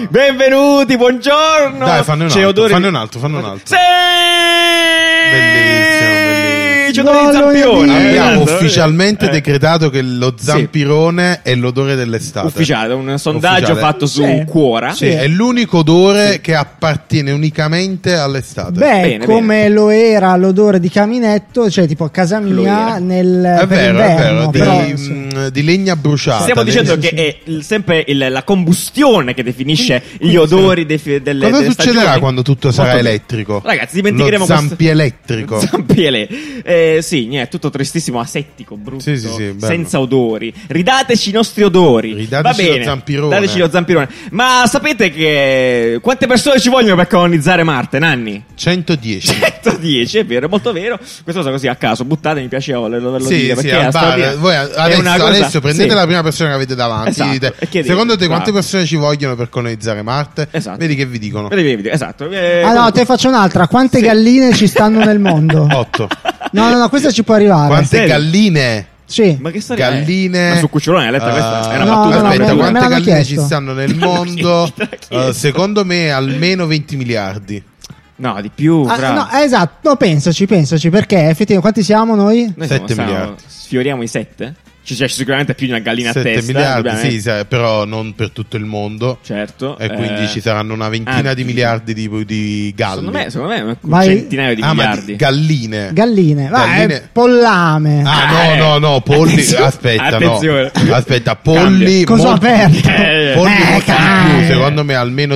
Benvenuti, buongiorno. Dai, fanne un altro. Sì! Bellissimo. C'è odore di zampirone. Abbiamo ufficialmente decretato che lo zampirone è l'odore dell'estate. Ufficiale, un sondaggio fatto su Quora. Sì, è l'unico odore che appartiene unicamente all'estate. Beh, come lo era l'odore di caminetto, cioè tipo a casa mia è vero, di legna bruciata. Stiamo dicendo che è sempre la combustione che definisce gli odori Cosa succederà quando tutto sarà elettrico? Ragazzi, dimenticheremo lo elettrico. Sì, niente, tutto tristissimo, asettico, brutto, sì, senza odori. Ridateci i nostri odori. Ridateci lo zampirone. Dateci lo zampirone. Ma sapete che quante persone ci vogliono per colonizzare Marte, Nanni? 110. 110, è vero, è molto vero. Questa cosa così a caso, buttate, mi piaceva volerlo dire. Sì, perché voi adesso prendete la prima persona che avete davanti, dite, secondo te quante persone ci vogliono per colonizzare Marte? Esatto. Vedi che vi dicono. Esatto. No, te faccio un'altra. Quante galline ci stanno nel mondo? 8. No, questa ci può arrivare. Quante galline? Sì. Ma che storia galline? Ma su Cucciolone hai letto questa? Era no, battuta. Aspetta, me quante galline chiesto. ci stanno nel mondo? Secondo me almeno 20 miliardi. No, di più. No, esatto, no, pensaci, perché effettivamente quanti siamo noi? 7 miliardi. Sfioriamo i 7? C'è sicuramente più di una gallina a 7 testa. miliardi, sì, però non per tutto il mondo. Certo. E quindi ci saranno una ventina di miliardi di galli. Secondo me un centinaio di miliardi. Galline. Pollame. No, polli. Attenzione. Aspetta, polli. Cosa aperto? Polli molto di più. Secondo me almeno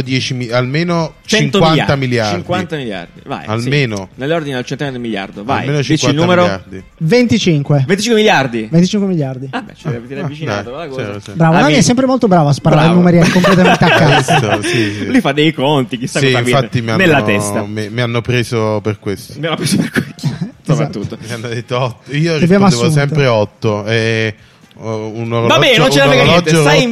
50 miliardi. 50 miliardi. Vai. Almeno. Sì. Nell'ordine al centinaio del miliardo. Vai. Almeno Dici 50 il numero. miliardi. 25 miliardi. 25 miliardi. Ah, beh, ci avete avvicinato la cosa. Bravo, Nani è sempre molto bravo a sparare i numeri completamente a caso. Sì. Lui fa dei conti, chissà cosa infatti nella testa. Mi hanno preso per questo. Mi hanno preso per questo. Soprattutto. Mi hanno detto 8. Io rispondevo sempre 8 e va bene, non ce la frega niente. Sai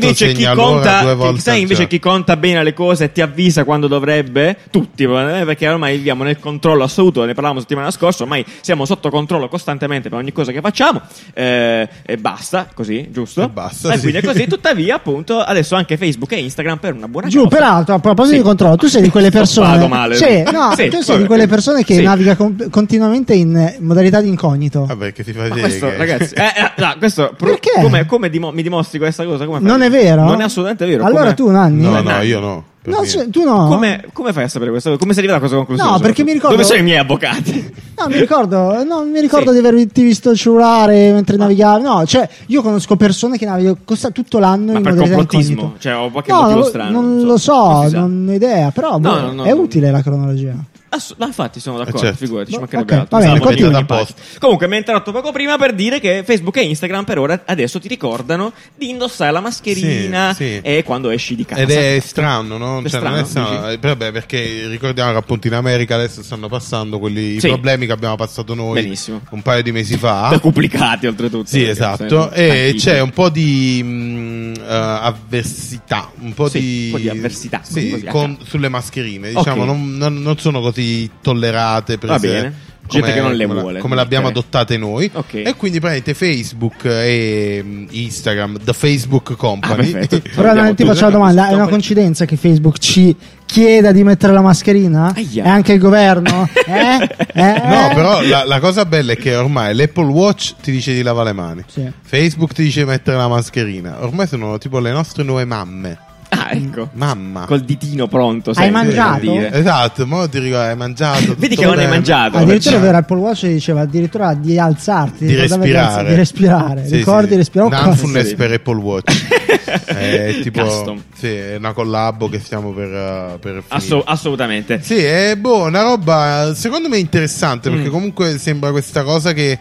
invece chi conta bene le cose e ti avvisa quando dovrebbe? Tutti, perché ormai viviamo nel controllo assoluto. Ne parlavamo settimana scorsa. Ormai siamo sotto controllo costantemente per ogni cosa che facciamo, e basta, così, giusto? E quindi è così. Tuttavia, appunto, adesso anche Facebook e Instagram per una buona cosa. Peraltro, a proposito di controllo, tu sei di quelle persone tu sei di quelle persone che naviga continuamente in modalità di incognito. Vabbè, che ti fa vedere questo, ragazzi, questo perché? Come mi dimostri questa cosa? Come fai? Non è vero? Non è assolutamente vero. Allora tu, Nanni? No, io no. Tu no? Come fai a sapere questa cosa? Come sei arrivato a questa conclusione? No, perché mi ricordo. Dove sono i miei avvocati? No, mi ricordo di averti visto cellulare mentre navigavi. No, cioè, io conosco persone che navigano tutto l'anno in modalità incognito. Cioè, ho qualche motivo strano. Non lo so, non ho idea. Però è utile la cronologia. Ma infatti sono d'accordo, certo. figurati, ci mancherebbe altro. Comunque mi ha interrotto poco prima per dire che Facebook e Instagram per ora adesso ti ricordano di indossare la mascherina e quando esci di casa. Ed è strano, no? È strano, non è strano. Vabbè, perché ricordiamo che appunto in America adesso stanno passando i problemi che abbiamo passato noi un paio di mesi fa. Complicati oltretutto. Sì, esatto. E c'è un po' di avversità, un po' di avversità sulle mascherine, diciamo, non sono così tollerate, va bene, gente che non le vuole come l'abbiamo adottate noi, e quindi praticamente Facebook e Instagram, The Facebook Company. Però non ti faccio la domanda, è una coincidenza che Facebook ci chieda di mettere la mascherina? E anche il governo? No, però la cosa bella è che ormai l'Apple Watch ti dice di lavare le mani, Facebook ti dice di mettere la mascherina, ormai sono tipo le nostre nuove mamme. Ah, ecco. Mamma. Col ditino pronto. Hai mangiato? Esatto, mo ti ricordo, hai mangiato. Vedi che non hai mangiato. Addirittura il vero Apple Watch diceva addirittura di alzarti, di respirare. Ricordi respirare. Mindfulness per Apple Watch. È tipo è una collabo che stiamo per assolutamente. Sì, è una roba secondo me interessante, perché comunque sembra questa cosa che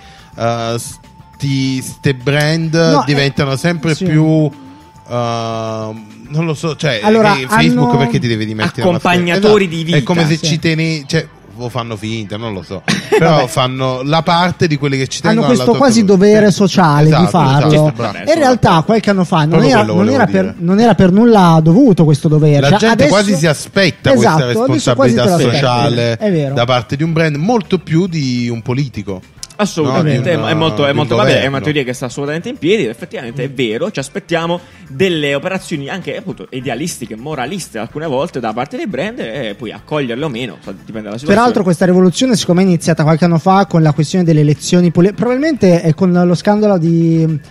ste brand diventano sempre più non lo so, cioè allora, Facebook perché ti devi dimettere accompagnatori di vita, è come se ci tenevi, cioè o fanno finta, non lo so, però fanno la parte di quelli che ci tengono. Hanno questo quasi dovere sociale di farlo. In realtà qualche anno fa non era per nulla dovuto questo dovere. La gente adesso quasi si aspetta questa responsabilità sociale da parte di un brand molto più di un politico. Assolutamente, è molto vabbè, è una teoria che sta assolutamente in piedi, effettivamente è vero, ci aspettiamo delle operazioni anche appunto idealistiche, moraliste alcune volte da parte dei brand e poi accoglierle o meno, dipende dalla situazione. Peraltro questa rivoluzione siccome è iniziata qualche anno fa con la questione delle elezioni probabilmente è con lo scandalo di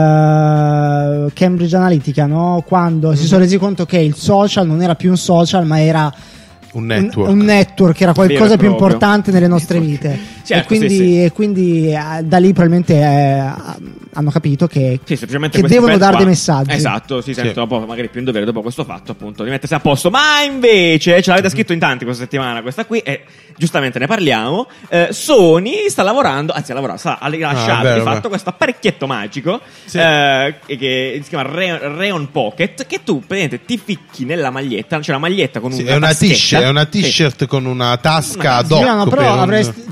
Cambridge Analytica, no? Quando si sono resi conto che il social non era più un social ma era un network era qualcosa più importante nelle nostre vite. Certo, e quindi da lì probabilmente hanno capito che devono dare dei messaggi. Esatto, si sentono un po' magari più in dovere dopo questo fatto appunto di mettersi a posto. Ma invece ce l'avete scritto in tanti questa settimana, questa qui, e giustamente ne parliamo. Sony sta lavorando, sta rilasciando di fatto questo apparecchietto magico che si chiama Rayon Pocket, che tu praticamente ti ficchi nella maglietta. C'è una maglietta con una taschetta. È una t-shirt con una tasca ad hoc. No, però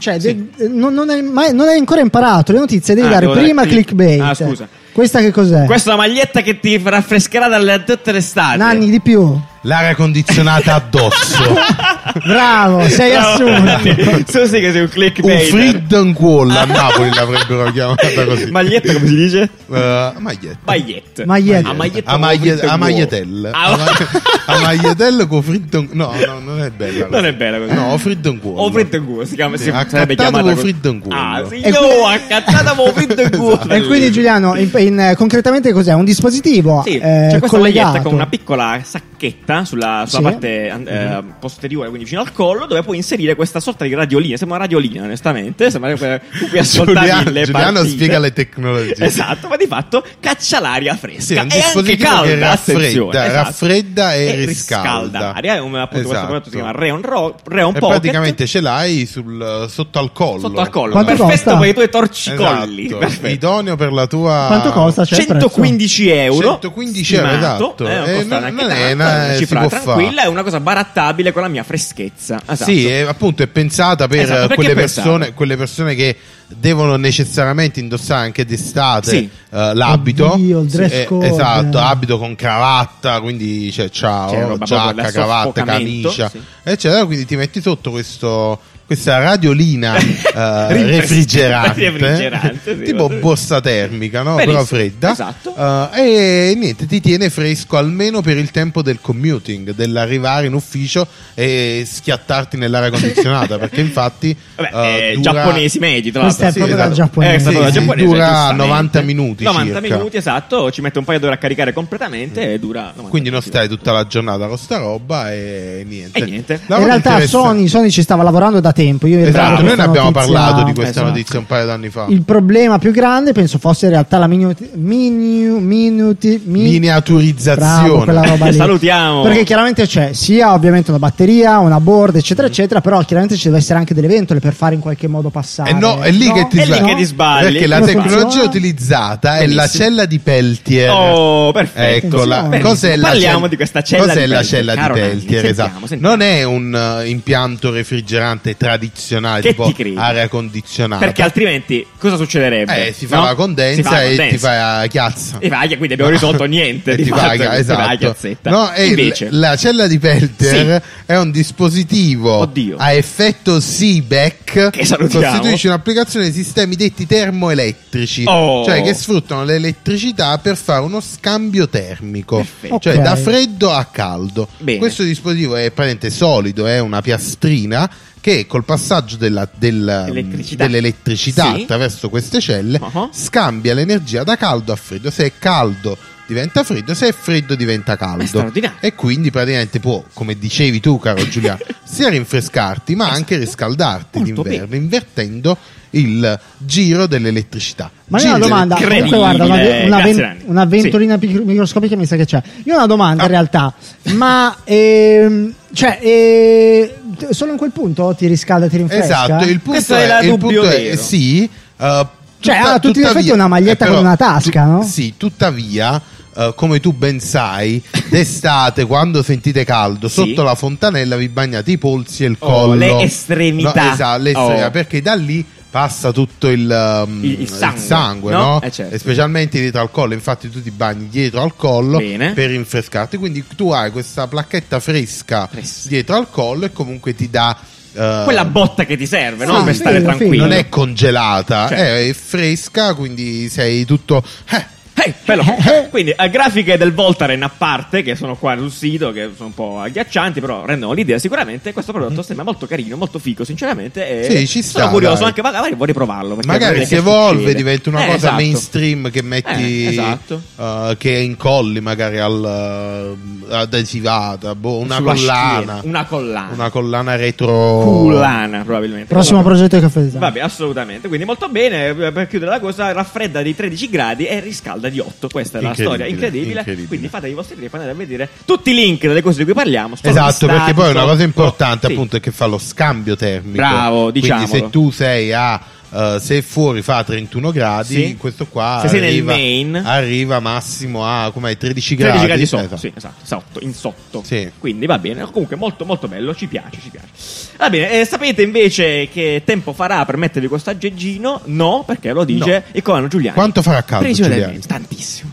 non hai ancora imparato le notizie, devi dare prima clickbait. Scusa. Questa che cos'è? Questa è una maglietta che ti raffrescherà dalle tutte le estati. Nanni, di più. L'aria condizionata addosso. Bravo, sei assunto. Tu sì che sei un clickbait. Un Freedom Wall a Napoli l'avrebbero chiamata così. Maglietta come si dice? Maglietta. A maglietelle. A maglietelle con Freedom. No, non è bella così. Non è bella così. No, Freedom Wall. O Freedom Wall si chiama, sarebbe chiamata Freedom Wall. Accattata Freedom Wall. E quindi Giuliano, concretamente cos'è? Un dispositivo? Sì, c'è questa maglietta con una piccola sacchetta sulla parte posteriore, quindi vicino al collo, dove puoi inserire questa sorta di radiolina. Sembra una radiolina, onestamente. Sembra che puoi ascoltare le Giuliano spiega le tecnologie. Esatto, ma di fatto caccia l'aria fresca. Sì, è un e anche calda, raffredda e riscalda l'aria. Appunto, questo prodotto si chiama Rayon Pocket. Praticamente ce l'hai sotto al collo. Quanto perfetto per i tuoi torcicolli. Idoneo per la tua. Quanto costa? 115 euro. 115 euro, esatto. Non è una cifra tranquilla, è una cosa barattabile con la mia freschezza. Esatto. Sì, appunto è pensata per quelle persone che devono necessariamente indossare anche d'estate l'abito. Il dress code. Esatto, abito con cravatta, quindi giacca, cravatta, camicia, eccetera. Quindi ti metti sotto questa radiolina refrigerante tipo borsa termica, no? Però fredda. Esatto. E niente, ti tiene fresco almeno per il tempo del commuting, dell'arrivare in ufficio e schiattarti nell'aria condizionata, perché infatti giapponesi medi, tra l'altro. Questa è proprio da giapponese. Dura 90 minuti 90 minuti, esatto, ci mette un paio d'ore a caricare completamente e dura 90 quindi non stai tutta la giornata con sta roba e niente. In realtà Sony ci stava lavorando da tempo. Noi ne abbiamo parlato di questa notizia un paio d'anni fa. Il problema più grande penso fosse in realtà la miniaturizzazione. Quella roba lì. Salutiamo. Perché chiaramente c'è sia ovviamente una batteria, una board, eccetera, eccetera, però chiaramente ci deve essere anche delle ventole per fare in qualche modo passare. È lì che ti sbagli. Perché la tecnologia utilizzata è la cella di Peltier. Oh, perfetto. Parliamo di questa cella di Peltier. Cos'è la cella di Peltier? Esatto. Non è un impianto refrigerante tradizionale che tipo aria condizionata, perché altrimenti cosa succederebbe? Si fa la condensa e ti fai la chiazza, quindi abbiamo risolto niente di fatto, esatto. No, invece la cella di Peltier è un dispositivo a effetto Seebeck che costituisce un'applicazione di sistemi detti termoelettrici, cioè che sfruttano l'elettricità per fare uno scambio termico, cioè da freddo a caldo. Bene. Questo dispositivo è praticamente solido, è una piastrina che col passaggio dell'elettricità attraverso queste celle scambia l'energia da caldo a freddo. Se è caldo diventa freddo, se è freddo diventa caldo, e quindi praticamente può, come dicevi tu caro Giuliano, sia rinfrescarti ma anche riscaldarti d'inverno, invertendo il giro dell'elettricità. Ma io ho una domanda, comunque guarda, una ventolina microscopica mi sa che c'è. Io ho una domanda in realtà, ma solo in quel punto ti riscalda e ti rinfresca? Esatto, il punto è sì, tutti gli effetti è una maglietta con una tasca, no? Sì, tuttavia come tu ben sai, d'estate quando sentite caldo sotto la fontanella vi bagnate i polsi e il collo, le estremità, perché da lì passa tutto il sangue, no? Certo. E specialmente dietro al collo, infatti tu ti bagni dietro al collo per rinfrescarti, quindi tu hai questa placchetta fresca dietro al collo e comunque ti dà quella botta che ti serve, no? Per stare tranquillo. Non è congelata, è fresca, quindi sei tutto... Quindi grafiche del Voltaren a parte, che sono qua sul sito, che sono un po' agghiaccianti, però rendono l'idea. Sicuramente questo prodotto sembra molto carino, molto figo, sinceramente. Sì, ci sta, sono curioso, anche magari vorrei provarlo. Magari si evolve, diventa una cosa mainstream che metti, che incolli magari adesivata, una collana. Una collana retro. Collana, probabilmente. Prossimo progetto di Caffè Design. Vabbè, assolutamente. Quindi molto bene. Per chiudere la cosa, raffredda di 13 gradi e riscalda di 8. Questa è la storia incredibile. Quindi fatevi i vostri trip, andate a vedere tutti i link delle cose di cui parliamo. Esatto, perché poi una cosa importante appunto è che fa lo scambio termico. Bravo, diciamo. Quindi se tu sei se fuori fa 31 gradi, questo qua se sei nel main arriva massimo a 13 gradi. 13 gradi sotto, sì, esatto, in sotto. Sì. Quindi va bene, comunque molto molto bello, ci piace. Va bene, sapete invece che tempo farà per mettervi questo aggeggino? No, perché lo dice il Comando Giuliani. Quanto farà caldo, Giuliani? Tantissimo.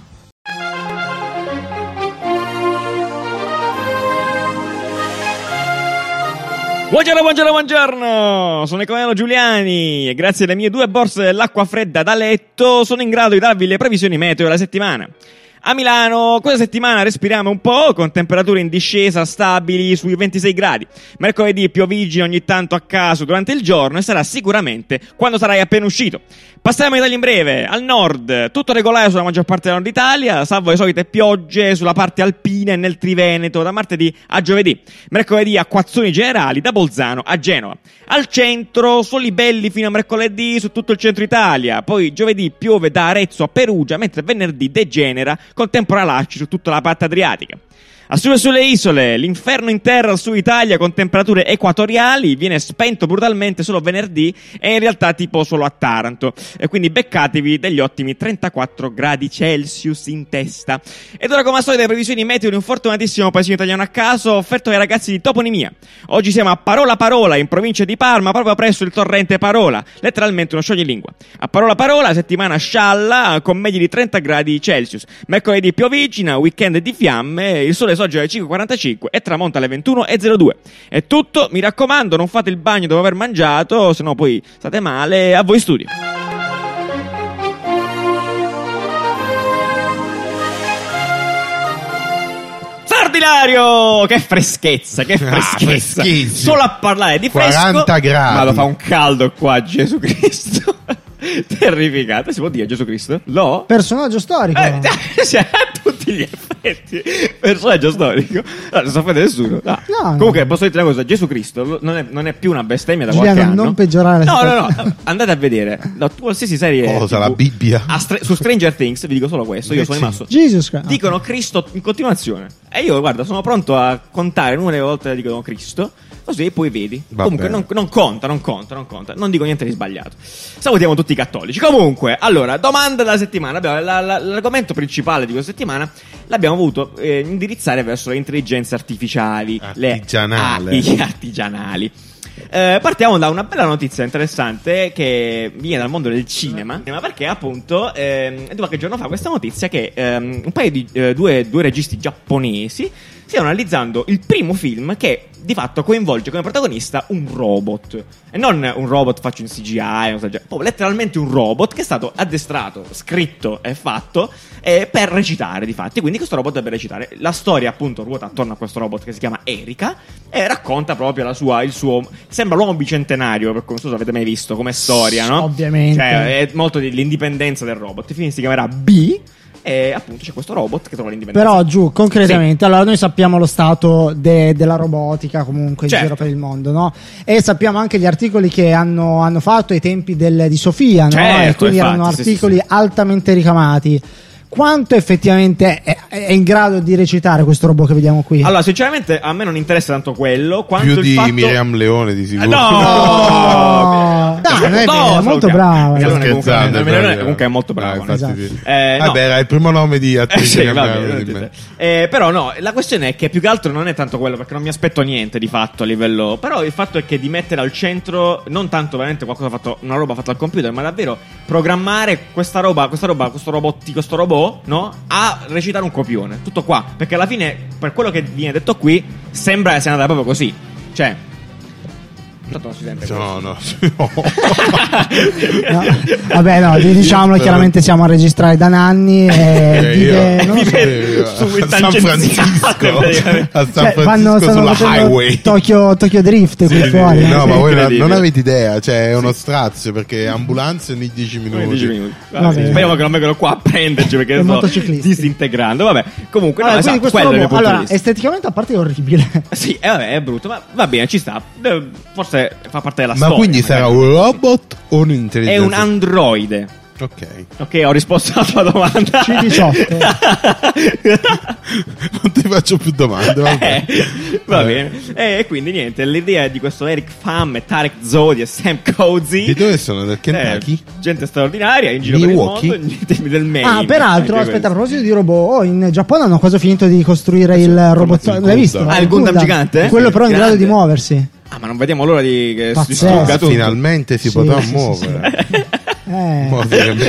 Buongiorno, sono Ecomeno Giuliani e grazie alle mie 2 borse dell'acqua fredda da letto sono in grado di darvi le previsioni meteo della settimana. A Milano questa settimana respiriamo un po' con temperature in discesa stabili sui 26 gradi. Mercoledì piovigine ogni tanto a caso durante il giorno e sarà sicuramente quando sarai appena uscito. Passiamo in Italia in breve. Al nord tutto regolare sulla maggior parte del nord Italia, salvo le solite piogge sulla parte alpina e nel Triveneto da martedì a giovedì. Mercoledì acquazzoni generali da Bolzano a Genova. Al centro soli belli fino a mercoledì su tutto il centro Italia. Poi giovedì piove da Arezzo a Perugia, mentre venerdì degenera con temporalacci su tutta la parte adriatica. A sud e sulle isole, l'inferno in terra al sud Italia con temperature equatoriali viene spento brutalmente solo venerdì e in realtà tipo solo a Taranto. E quindi beccatevi degli ottimi 34 gradi Celsius in testa. Ed ora come al solito le previsioni meteo di un fortunatissimo paesino italiano a caso offerto ai ragazzi di Toponimia. Oggi siamo a Parola in provincia di Parma, proprio presso il torrente Parola, letteralmente uno scioglilingua. A Parola, settimana scialla con medie di 30 gradi Celsius. Mercoledì piovigina, weekend di fiamme, il sole sorge alle 5.45 e tramonta alle 21.02. È tutto, mi raccomando, non fate il bagno dopo aver mangiato, se no poi state male. A voi studio. Straordinario! Che freschezza, Solo a parlare di fresco 40 gradi. Ma lo fa un caldo qua, Gesù Cristo. Terrificante, si può dire Gesù Cristo? No? Personaggio storico. Sì, a tutti gli effetti. Personaggio storico. No, non sapete nessuno. No. Comunque posso dire una cosa, Gesù Cristo non è più una bestemmia da qualche anno. Non peggiorare No, andate a vedere. Tu qualsiasi serie cosa, la Bibbia. Su Stranger Things, vi dico solo questo, io sono rimasto. Dicono Cristo in continuazione. E io guarda, sono pronto a contare una delle volte che dicono Cristo. Così poi vedi. Comunque non conta. Non dico niente di sbagliato. Salutiamo tutti i cattolici. Comunque, allora, domanda della settimana. L'argomento principale di questa settimana l'abbiamo voluto indirizzare verso le intelligenze artificiali, artigianali. Artigianali. Partiamo da una bella notizia interessante che viene dal mondo del cinema, perché appunto qualche giorno fa questa notizia che un paio di due registi giapponesi stiano analizzando il primo film che di fatto coinvolge come protagonista un robot, e non un robot fatto in CGI, letteralmente un robot che è stato addestrato, scritto e fatto per recitare, di fatti. Quindi questo robot deve recitare. La storia appunto ruota attorno a questo robot che si chiama Erika e racconta proprio il suo, sembra l'uomo bicentenario, per non so se avete mai visto come storia, no? Ovviamente, cioè, è molto l'indipendenza del robot. Il film si chiamerà B. E appunto c'è questo robot che trova l'indipendenza. Però giù, concretamente, sì. Allora noi sappiamo lo stato della robotica comunque in giro per il mondo, no? E sappiamo anche gli articoli che hanno fatto ai tempi di Sofia, no? E quindi erano articoli altamente ricamati. Quanto effettivamente è in grado di recitare questo robot che vediamo qui? Allora, sinceramente a me non interessa tanto quello quanto più il di fatto... Miriam Leone di sicuro. No! Dai, è molto brava. Miriam comunque è molto brava. Esatto. Vabbè, era il primo nome di attrice. Però no, la questione è che più che altro non è tanto quello, perché non mi aspetto niente di fatto a livello. Però il fatto è che di mettere al centro non tanto veramente qualcosa fatto, una roba fatta al computer, ma davvero programmare questo robot, no? A recitare un copione. Tutto qua. Perché alla fine, per quello che viene detto qui, sembra che sia andata proprio così. Cioè, Tanto non si sente. No. Vabbè, no, diciamolo chiaramente, siamo a registrare da Nanni e vive a San Francisco. A San Francisco sulla highway. Tokyo Drift qui fuori. No, ma voi non avete idea, cioè è uno strazio perché ambulanze ogni 10 minuti. Speriamo che non vengono qua a prenderci perché sto disintegrando. Vabbè, comunque no, esatto, questo robot, allora, esteticamente a parte è orribile. Sì, vabbè, è brutto, ma va bene, ci sta. Forse fa parte della storia. Ma quindi sarà un robot o un'intelligenza? È un androide. Ok, ho risposto alla tua domanda. C18. Non ti faccio più domande. Va bene. E quindi niente, l'idea di questo Eric Pham e Tarek Zodi e Sam Cozy. Di dove sono? Del Kentucky? Gente straordinaria in giro Milwaukee. per il mondo, del Maine. Peraltro, aspetta, a proposito di robot, in Giappone hanno quasi finito di costruire il robot. L'hai visto? Il Gundam gigante? Quello però in grado di muoversi. Ma non vediamo l'ora che si distrugga tutto. Finalmente si potrà muovere. Voi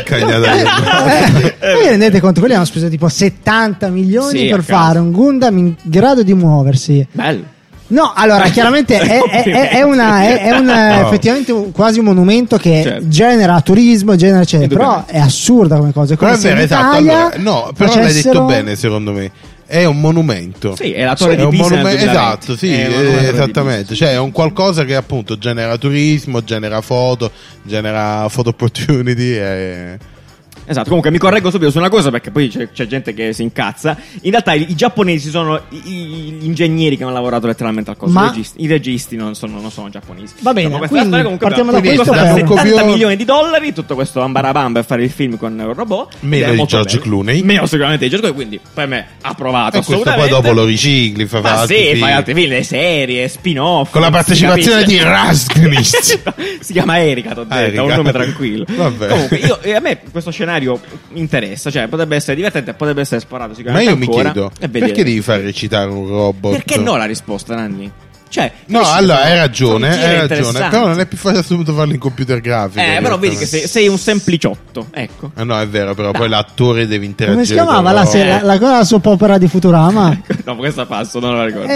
rendete conto? Quelli hanno speso tipo 70 milioni per fare un Gundam in grado di muoversi. Bello. No, allora chiaramente è effettivamente quasi un monumento che genera turismo, genera eccetera, però è assurda come cosa. Però è vero, esatto. Allora, no, però l'hai detto bene, secondo me. È un monumento. Sì, è la torre di Pisa. Esatto, sì, esattamente. Cioè, è un qualcosa che appunto genera turismo, genera foto, genera photo opportunity. Esatto, comunque mi correggo subito su una cosa perché poi c'è gente che si incazza. In realtà i giapponesi sono gli ingegneri che hanno lavorato letteralmente al coso. I registi non sono giapponesi. Va bene, quindi partiamo da questo. Costa 70 milioni di dollari tutto questo ambarabam per fare il film con un robot. Meno di George Clooney. Meno sicuramente di George Clooney, quindi per me approvato. E questo poi dopo lo ricicli, fai altri film, le serie, spin-off. Con la partecipazione di Razgnist. Si chiama Erika, t'ho detto, un nome tranquillo. Vabbè. Comunque a me questo scenario interessa, cioè potrebbe essere divertente, potrebbe essere sparato sicuramente. Ma io mi chiedo, perché devi far recitare un robot? Perché no la risposta, Nanni? Cioè, no, allora hai ragione, però non è più facile assoluto farlo in computer grafico. Però vedi che sei un sempliciotto, ecco. No, è vero, però poi l'attore deve interagire. Come si chiamava la soap opera di Futurama? No, questa passo, non la ricordo.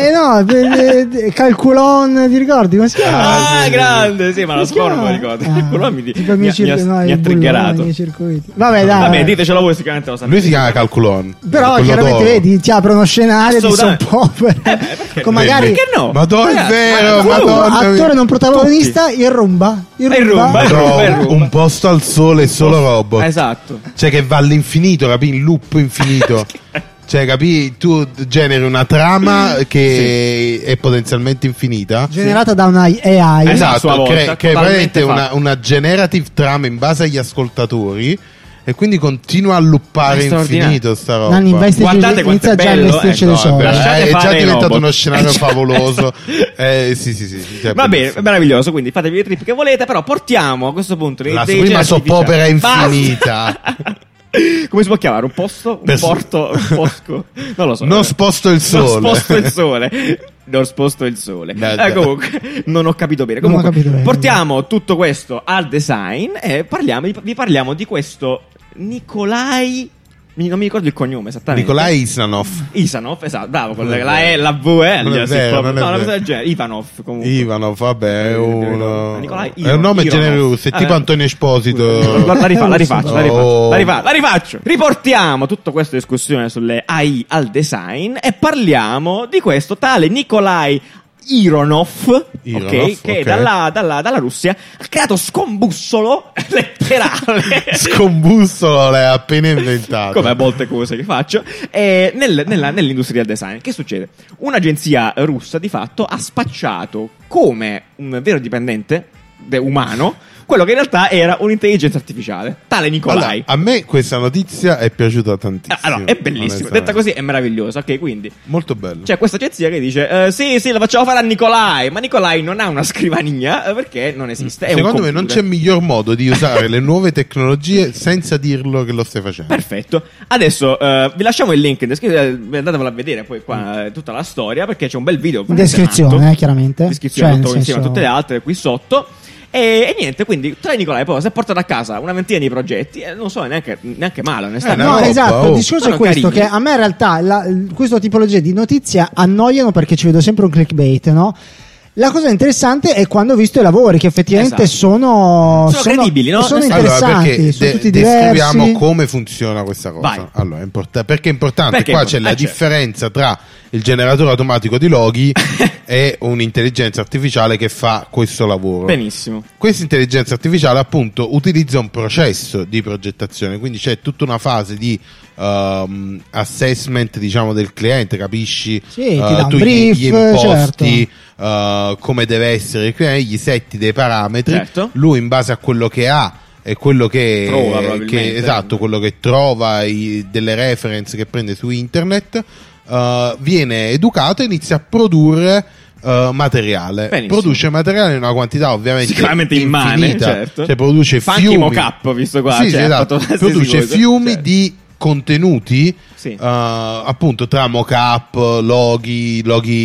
Calculon, ti ricordi? Come si chiama? Grande, sì, ma lo score non me lo ricordo. Calculon mi ha triggerato. Vabbè, dai. Vabbè, ditecelo voi, sicuramente lo sapete. Lui si chiama Calculon. Però chiaramente vedi, ti apre uno scenario di soap opera. Con magari perché no? È vero, Madonna. Attore non protagonista, il rumba. Un posto al sole, solo robot. Esatto. Cioè che va all'infinito, capì? In loop infinito. Cioè, capì? Tu generi una trama che è potenzialmente infinita. Generata da una AI. Esatto, che è veramente una generative trama in base agli ascoltatori. E quindi continua a luppare infinito sta roba. Guardate quanto è bello, è già diventato uno scenario favoloso. Sì. Va bene, è meraviglioso. Quindi fatevi i trip che volete, però portiamo a questo punto la prima soppopera infinita. Come si può chiamare? Un posto? Un porto? Un bosco? Non lo so. Non sposto il sole. Non sposto il sole. Comunque, non ho capito bene. Comunque, portiamo tutto questo al design e vi parliamo di questo Nikolai. Non mi ricordo il cognome esattamente. Nikolai Isanov, esatto, bravo, con la E, la V, una cosa del genere. Ivanov, vabbè, è un nome Ivanov. generoso, è tipo Antonio Esposito. La rifaccio. Riportiamo tutta questa discussione sulle AI al design e parliamo di questo tale Nikolai Ironov, che dalla Russia ha creato scombussolo letterale. Scombussolo l'hai appena inventato. Come a molte cose che faccio. Nell'industria del design. Che succede? Un'agenzia russa di fatto ha spacciato come un vero dipendente umano quello che in realtà era un'intelligenza artificiale, tale Nikolai. Allora, a me questa notizia è piaciuta tantissimo. Allora, è bellissima, detta così è meravigliosa. Ok, quindi molto bello. C'è questa agenzia che dice sì, la facciamo fare a Nikolai, ma Nikolai non ha una scrivania perché non esiste. Secondo me non c'è miglior modo di usare le nuove tecnologie senza dirlo che lo stai facendo. Perfetto. Adesso vi lasciamo il link in descrizione, andatevelo a vedere poi qua tutta la storia, perché c'è un bel video in descrizione, chiaramente. Descrizione, tutto insieme a tutte le altre qui sotto. E niente, quindi tra Nicolai poi si è portato a casa una ventina di progetti e non so neanche male, onestamente. No, esatto, il discorso è questo, che a me in realtà questa tipologia di notizie annoiano perché ci vedo sempre un clickbait, no? La cosa interessante è quando ho visto i lavori, che effettivamente sono credibili, no? Sono interessanti, sono tutti diversi. Descriviamo come funziona questa cosa. Vai. Allora, perché è importante? Perché qua c'è la differenza tra il generatore automatico di loghi e un'intelligenza artificiale che fa questo lavoro. Benissimo. Questa intelligenza artificiale appunto utilizza un processo di progettazione, quindi c'è tutta una fase di assessment, diciamo, del cliente, capisci? Sì, ti dà un brief, gli imposti, certo. Come deve essere il cliente, gli setti dei parametri, certo. Lui in base a quello che ha e quello che trova, quello che trova, delle reference che prende su internet, viene educato e inizia a produrre materiale. Benissimo. Produce materiale in una quantità ovviamente sicuramente infinita, immane, certo. Cioè produce fiumi, mock-up, visto qua, sì, esatto. Produce fiumi di contenuti, sì. Appunto tra mock-up, loghi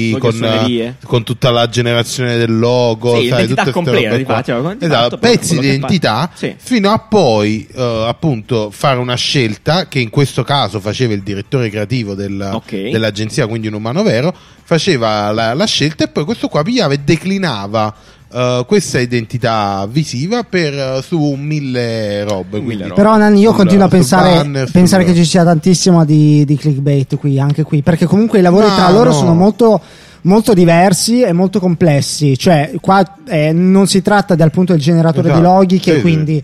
con tutta la generazione del logo, sì, sai, l'identità completa, esatto, pezzi di identità, sì. Fino a poi appunto fare una scelta che in questo caso faceva il direttore creativo dell'agenzia, quindi un umano vero, faceva la scelta e poi questo qua pigliava e declinava questa identità visiva su 1000 robe. Però Nanni, io continuo a pensare che ci sia tantissimo di clickbait anche qui, perché comunque i lavori tra loro sono molto diversi e molto complessi. Cioè qua non si tratta dal punto del generatore di loghi che quindi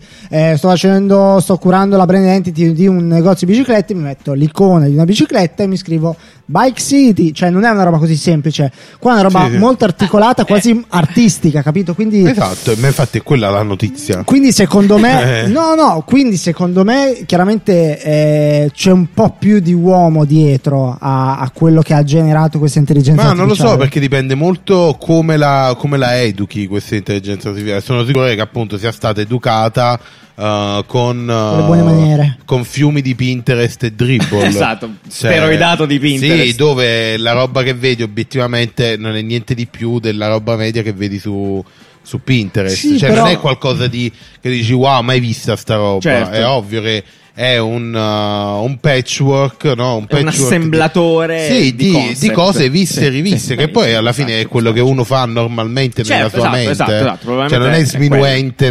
sto curando la brand identity di un negozio di biciclette, mi metto l'icona di una bicicletta e mi scrivo Bike City, cioè non è una roba così semplice, qua è una roba molto articolata, quasi artistica, capito? Quindi esatto, ma infatti è quella la notizia. Quindi secondo me quindi secondo me chiaramente c'è un po' più di uomo dietro a quello che ha generato questa intelligenza artificiale. Non lo so, perché dipende molto come la educhi questa intelligenza artificiale. Sono sicuro che appunto sia stata educata con le buone maniere, con fiumi di Pinterest e Dribble. Esatto, steroidato di Pinterest. Sì, dove la roba che vedi obiettivamente non è niente di più della roba media che vedi su Pinterest. Sì, cioè però non è qualcosa che dici wow, mai vista sta roba. Certo. È ovvio che è un patchwork, no? Un assemblatore di cose viste e riviste, che poi alla fine è quello che uno fa normalmente nella sua mente. Esatto, cioè non è sminuente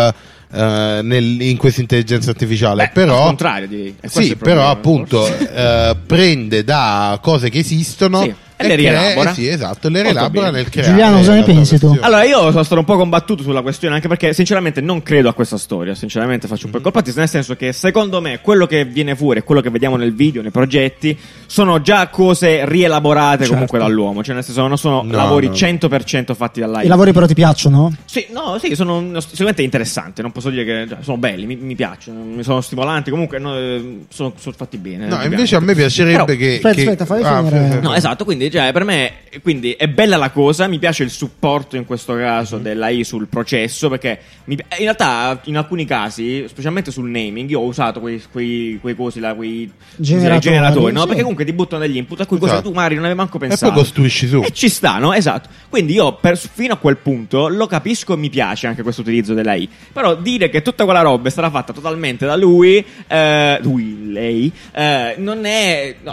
in questa intelligenza artificiale, però al contrario però appunto prende da cose che esistono, sì. E le rielabora. Sì, esatto, le rielabora nel creare. Giuliano, cosa ne pensi tu? Allora, io sono stato un po' combattuto sulla questione, anche perché sinceramente non credo a questa storia. Sinceramente faccio un po' il colpatista, nel senso che secondo me quello che viene fuori e quello che vediamo nel video, nei progetti, sono già cose rielaborate comunque dall'uomo. Cioè nel senso non sono lavori 100% fatti dall'AI. I lavori però ti piacciono? Sì, sono sicuramente interessanti. Non posso dire che sono belli, mi piacciono, mi sono stimolanti. Comunque sono fatti bene. No, invece a me piacerebbe aspetta, fai finire. No, esatto, quindi per me è bella la cosa, mi piace il supporto in questo caso dell'AI sul processo, perché in realtà in alcuni casi, specialmente sul naming, io ho usato quei cosi là, quei generatori, no? Sì. Perché comunque ti buttano degli input a cui cose tu magari non avevi manco pensato. E poi costruisci su. E ci sta, no? Esatto. Quindi io fino a quel punto lo capisco e mi piace anche questo utilizzo dell'AI. Però dire che tutta quella roba è stata fatta totalmente da lei, non è... No,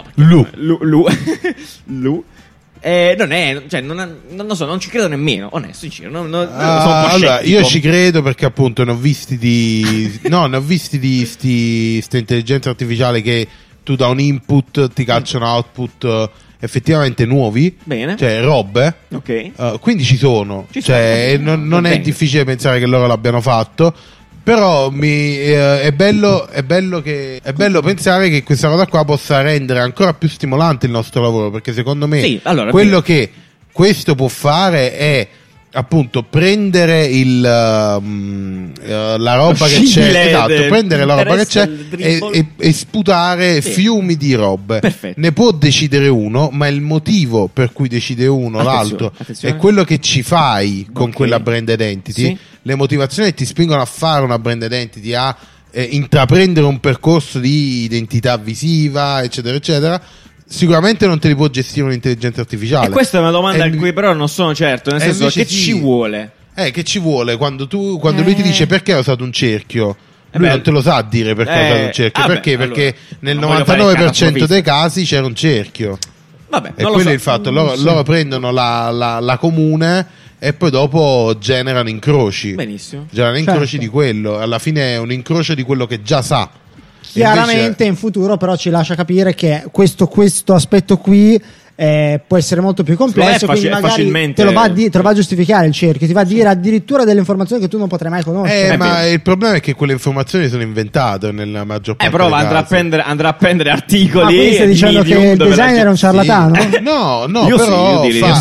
Lu. Non è, cioè, non lo so, non ci credo nemmeno, onesto, sincero. Allora, io ci credo perché appunto ne ho visti di sta intelligenza artificiale che tu da un input ti cacciano output effettivamente nuovi. Bene. Cioè robe. Ok. Quindi ci sono. Non è difficile pensare che loro l'abbiano fatto. Però è bello pensare che questa cosa qua possa rendere ancora più stimolante il nostro lavoro, perché secondo me quello che questo può fare è appunto prendere la roba che c'è, prendere la roba che c'è e sputare fiumi di robe. Perfetto. Ne può decidere uno, ma il motivo per cui decide uno l'altro è quello che ci fai con quella brand identity. Sì. Le motivazioni che ti spingono a fare una brand identity, a intraprendere un percorso di identità visiva, eccetera eccetera, sicuramente non te li può gestire un'intelligenza artificiale. E questa è una domanda a cui però non sono certo, nel senso che ci vuole. Che ci vuole quando lui ti dice perché hai usato un cerchio. Lui non te lo sa dire perché ha usato un cerchio. Perché? Perché nel 99% dei casi c'era un cerchio. Vabbè, e quello è il fatto. Loro prendono la comune e poi dopo generano incroci. Benissimo. Generano incroci di quello. Alla fine è un incrocio di quello che già sa. Chiaramente invece... in futuro però ci lascia capire che questo aspetto qui può essere molto più complesso, quindi magari te lo va a giustificare il cerchio, ti va a dire addirittura delle informazioni che tu non potrai mai conoscere. Ma il problema è che quelle informazioni sono inventate nella maggior parte però dei casi. andrà a prendere articoli. Quindi stai dicendo che il designer è un ciarlatano? Sì. No, però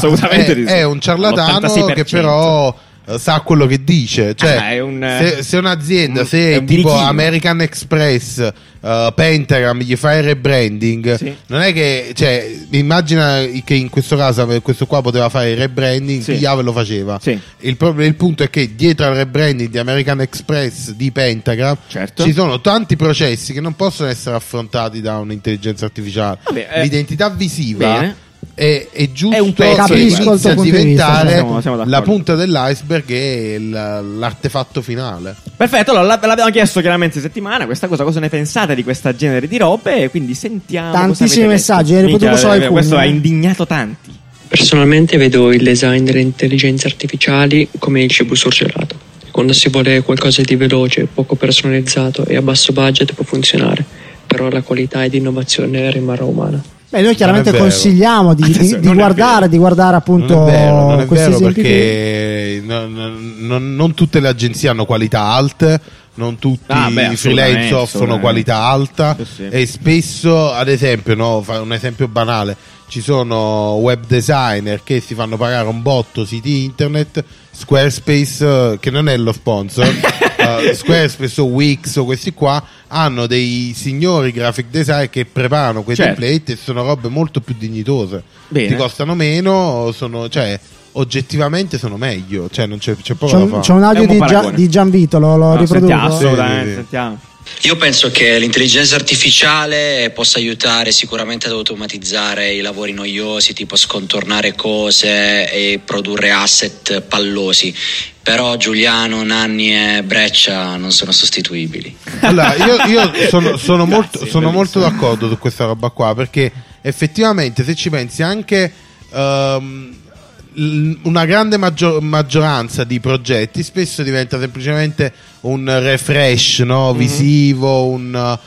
è un ciarlatano che però sa quello che dice, cioè se un'azienda, se tipo American Express, Pentagram gli fa il rebranding, non è che, cioè, immagina che in questo caso questo qua poteva fare il rebranding, Piave lo faceva. Il punto è che dietro al rebranding di American Express, di Pentagram, ci sono tanti processi che non possono essere affrontati da un'intelligenza artificiale. L'identità visiva è giusto che inizia a diventare la punta dell'iceberg e l'artefatto finale. Perfetto, allora ve l'abbiamo chiesto chiaramente settimana questa cosa ne pensate di questa genere di robe, quindi sentiamo tantissimi messaggi, questo ha indignato tanti. Personalmente vedo il design delle intelligenze artificiali come il cibo surgelato. Quando si vuole qualcosa di veloce, poco personalizzato e a basso budget può funzionare, però la qualità ed innovazione rimarrà umana. Noi chiaramente consigliamo di guardare appunto non è vero perché non tutte le agenzie hanno qualità alte, non tutti i freelance offrono qualità alta e spesso, ad esempio, un esempio banale, ci sono web designer che si fanno pagare un botto siti internet, Squarespace, che non è lo sponsor, Squarespace o Wix o questi qua hanno dei signori graphic designer che preparano quei template e sono robe molto più dignitose. Ti costano meno, oggettivamente sono meglio, cioè non c'è poco da fare. C'è un audio di Gianvito, lo riproduco. Assolutamente, sentiamo. Io penso che l'intelligenza artificiale possa aiutare sicuramente ad automatizzare i lavori noiosi, tipo scontornare cose e produrre asset pallosi. Però Giuliano, Nanni e Breccia non sono sostituibili. Allora, io sono molto d'accordo su questa roba qua, perché effettivamente se ci pensi anche una grande maggioranza di progetti spesso diventa semplicemente un refresh, no? Visivo, una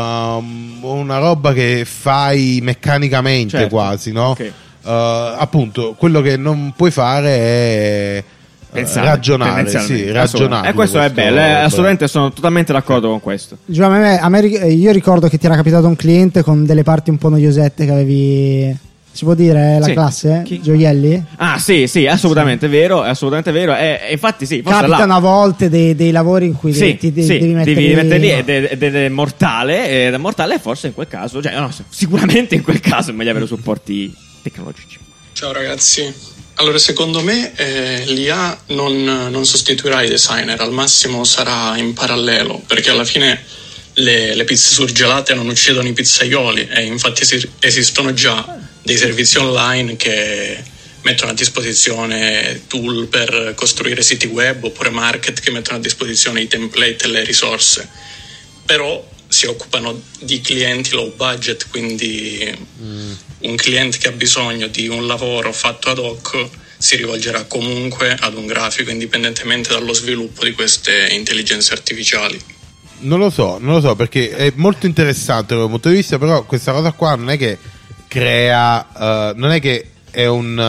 roba che fai meccanicamente, quasi, no? Appunto, quello che non puoi fare è ragionare. E questo è bello, assolutamente sono totalmente d'accordo con questo. Io ricordo che ti era capitato un cliente con delle parti un po' noiosette che avevi. Si può dire la classe? Gioielli? Ah sì, assolutamente vero, e infatti capitano a volte dei lavori in cui devi mettere lì ed è mortale, forse in quel caso, sicuramente in quel caso è meglio avere supporti tecnologici. Ciao ragazzi, allora secondo me l'IA non sostituirà i designer, al massimo sarà in parallelo, perché alla fine le pizze surgelate non uccidono i pizzaioli e infatti esistono già dei servizi online che mettono a disposizione tool per costruire siti web oppure market che mettono a disposizione i template e le risorse, però si occupano di clienti low budget, quindi un cliente che ha bisogno di un lavoro fatto ad hoc si rivolgerà comunque ad un grafico indipendentemente dallo sviluppo di queste intelligenze artificiali. Non lo so perché è molto interessante dal punto di vista, però questa cosa qua non è che crea non è che è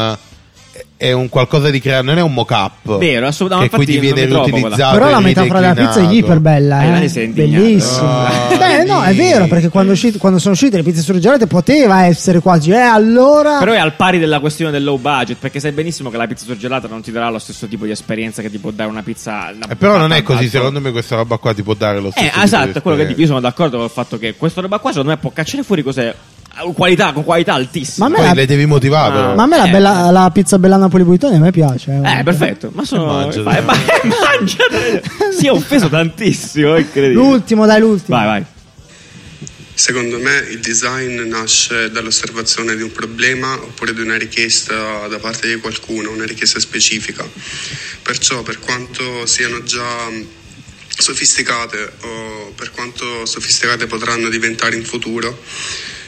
un qualcosa di creare, non è un mock-up vero, assolutamente, che quindi viene riutilizzato. Però la metafora della pizza è iper bella, bellissima. No, è vero, perché quando sono uscite le pizze surgelate poteva essere quasi allora. Però è al pari della questione del low budget, perché sai benissimo che la pizza surgelata non ti darà lo stesso tipo di esperienza che ti può dare una pizza. Però non è così, secondo me questa roba qua ti può dare lo stesso esatto, quello che dico. Io sono d'accordo con il fatto che questa roba qua secondo me può cacciare fuori cos'è con qualità altissima. Poi le devi motivare però. Ma a me la pizza bella Napoli Buitoni a me piace. Perfetto. Ma sono mangia. Si è offeso tantissimo, è incredibile. L'ultimo. Vai. Secondo me il design nasce dall'osservazione di un problema oppure di una richiesta da parte di qualcuno, una richiesta specifica. Perciò per quanto siano già sofisticate o per quanto sofisticate potranno diventare in futuro,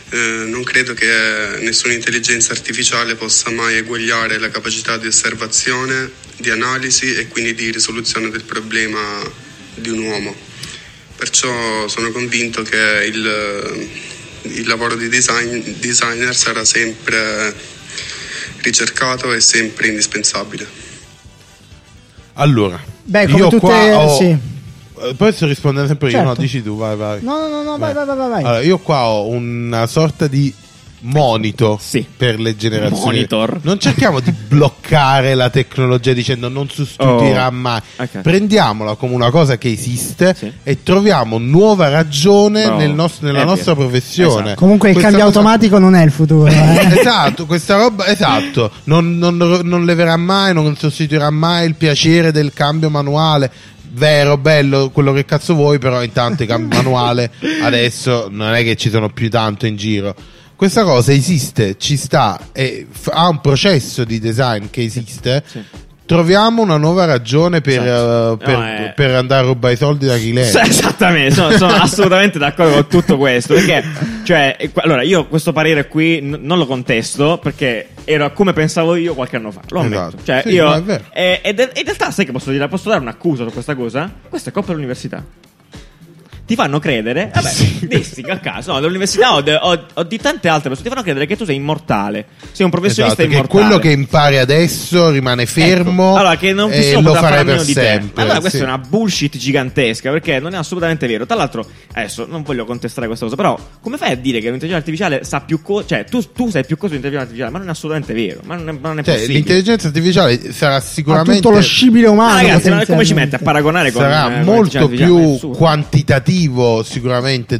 Non credo che nessuna intelligenza artificiale possa mai eguagliare la capacità di osservazione, di analisi e quindi di risoluzione del problema di un uomo. Perciò sono convinto che il lavoro di designer sarà sempre ricercato e sempre indispensabile. Allora, come io tutte, qua sì. Posso rispondere sempre io? No, dici tu, vai. No, vai. Allora, io qua ho una sorta di monito per le generazioni. Monitor. Non cerchiamo di bloccare la tecnologia dicendo non sostituirà mai. Okay. Prendiamola come una cosa che esiste e troviamo nuova ragione nella nostra professione. Esatto. Comunque il cambio automatico non è il futuro. Esatto, questa roba, esatto. Non leverà mai, non sostituirà mai il piacere del cambio manuale. Vero, bello, quello che cazzo vuoi, però intanto il cambio manuale adesso non è che ci sono più tanto in giro. Questa cosa esiste, ci sta, ha un processo di design che esiste. Sì. Troviamo una nuova ragione per andare a rubare i soldi da chi lei. Esattamente, sono assolutamente d'accordo con tutto questo. Perché, allora, io questo parere qui non lo contesto perché era come pensavo io qualche anno fa. Lo ammetto. Esatto. Io, no, è vero. In realtà, sai che posso dire? Posso dare un'accusa su questa cosa? Questa è colpa dell'università. Ti fanno credere, a caso, dell'università o di tante altre persone, ti fanno credere che tu sei immortale, sei un professionista immortale. Che quello che impari adesso rimane fermo, allora, che non ti lo farai per sempre. Allora questa è una bullshit gigantesca, perché non è assolutamente vero. Tra l'altro, adesso non voglio contestare questa cosa, però come fai a dire che l'intelligenza artificiale sa più cose? Cioè, tu sai più cose dell'intelligenza artificiale, ma non è assolutamente vero, ma non è possibile. L'intelligenza artificiale sarà sicuramente tutto lo scibile umano. Ragazzi, ma come ci mette a paragonare con sarà molto più quantitativo sicuramente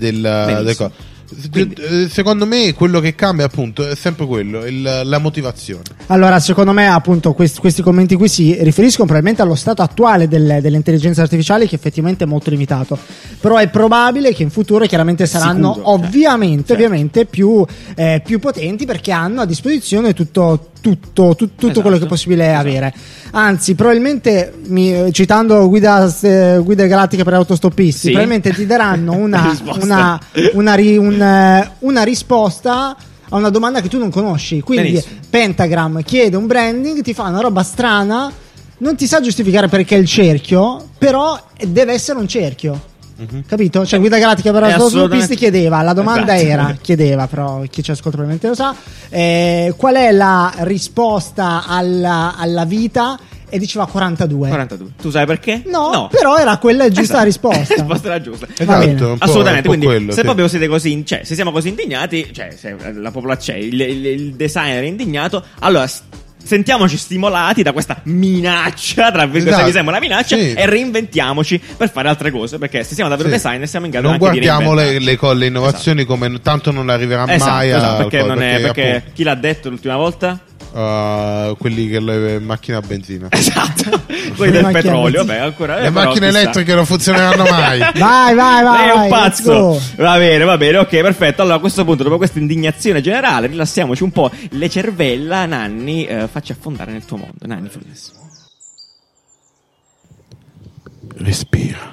secondo me quello che cambia appunto è sempre quello, la motivazione. Allora secondo me appunto questi commenti qui si riferiscono probabilmente allo stato attuale delle intelligenze artificiali, che effettivamente è molto limitato, però è probabile che in futuro chiaramente saranno ovviamente più potenti, perché hanno a disposizione tutto quello che è possibile avere. Anzi, probabilmente citando guida galattica per autostoppisti, probabilmente ti daranno una risposta a una domanda che tu non conosci. Quindi benissimo. Pentagram chiede un branding, ti fa una roba strana, non ti sa giustificare perché è il cerchio, però deve essere un cerchio. Capito? Cioè guida galattica per autostoppisti chiedeva, la domanda chiedeva, però chi ci ascolta probabilmente lo sa, qual è la risposta alla vita, e diceva 42. Tu sai perché? No. Però era quella giusta risposta. La risposta era giusta. Esatto, assolutamente. Quindi quello, se proprio siete così, se siamo così indignati, se la popolazione, il designer è indignato, allora sentiamoci stimolati da questa minaccia, tra virgolette, mi sembra una minaccia, e reinventiamoci per fare altre cose, perché se siamo davvero designer siamo in grado non anche di guardiamo le innovazioni come tanto non arriverà mai perché chi l'ha detto l'ultima volta? Quelli che le macchine a benzina. Esatto. Quelli del petrolio, ancora le macchine elettriche non funzioneranno mai. vai lei è un pazzo. Va bene, ok, perfetto. Allora a questo punto, dopo questa indignazione generale, rilassiamoci un po' le cervella. Nanni, facci affondare nel tuo mondo. Nanni Frunes. Respira.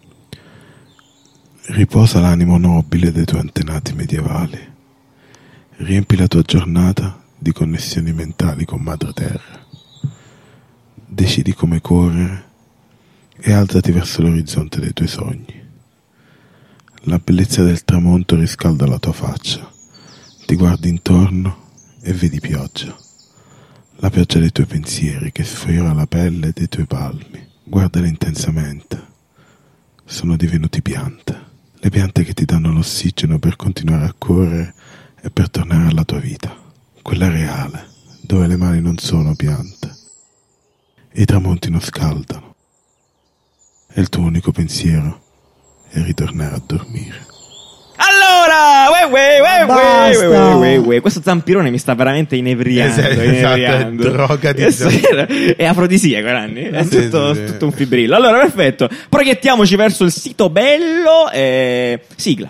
Riposa l'animo nobile dei tuoi antenati medievali. Riempi la tua giornata di connessioni mentali con Madre Terra. Decidi come correre e alzati verso l'orizzonte dei tuoi sogni. La bellezza del tramonto riscalda la tua faccia. Ti guardi intorno e vedi pioggia. La pioggia dei tuoi pensieri che sfiora la pelle dei tuoi palmi. Guardala intensamente. Sono divenuti piante. Le piante che ti danno l'ossigeno per continuare a correre e per tornare alla tua vita. Quella reale, dove le mani non sono piante e i tramonti non scaldano, e il tuo unico pensiero è ritornare a dormire. Allora, questo zampirone mi sta veramente inebriando. È droga di è afrodisiaco, Nanni. È tutto un fibrillo. Allora, perfetto. Proiettiamoci verso il sito bello. Sigla.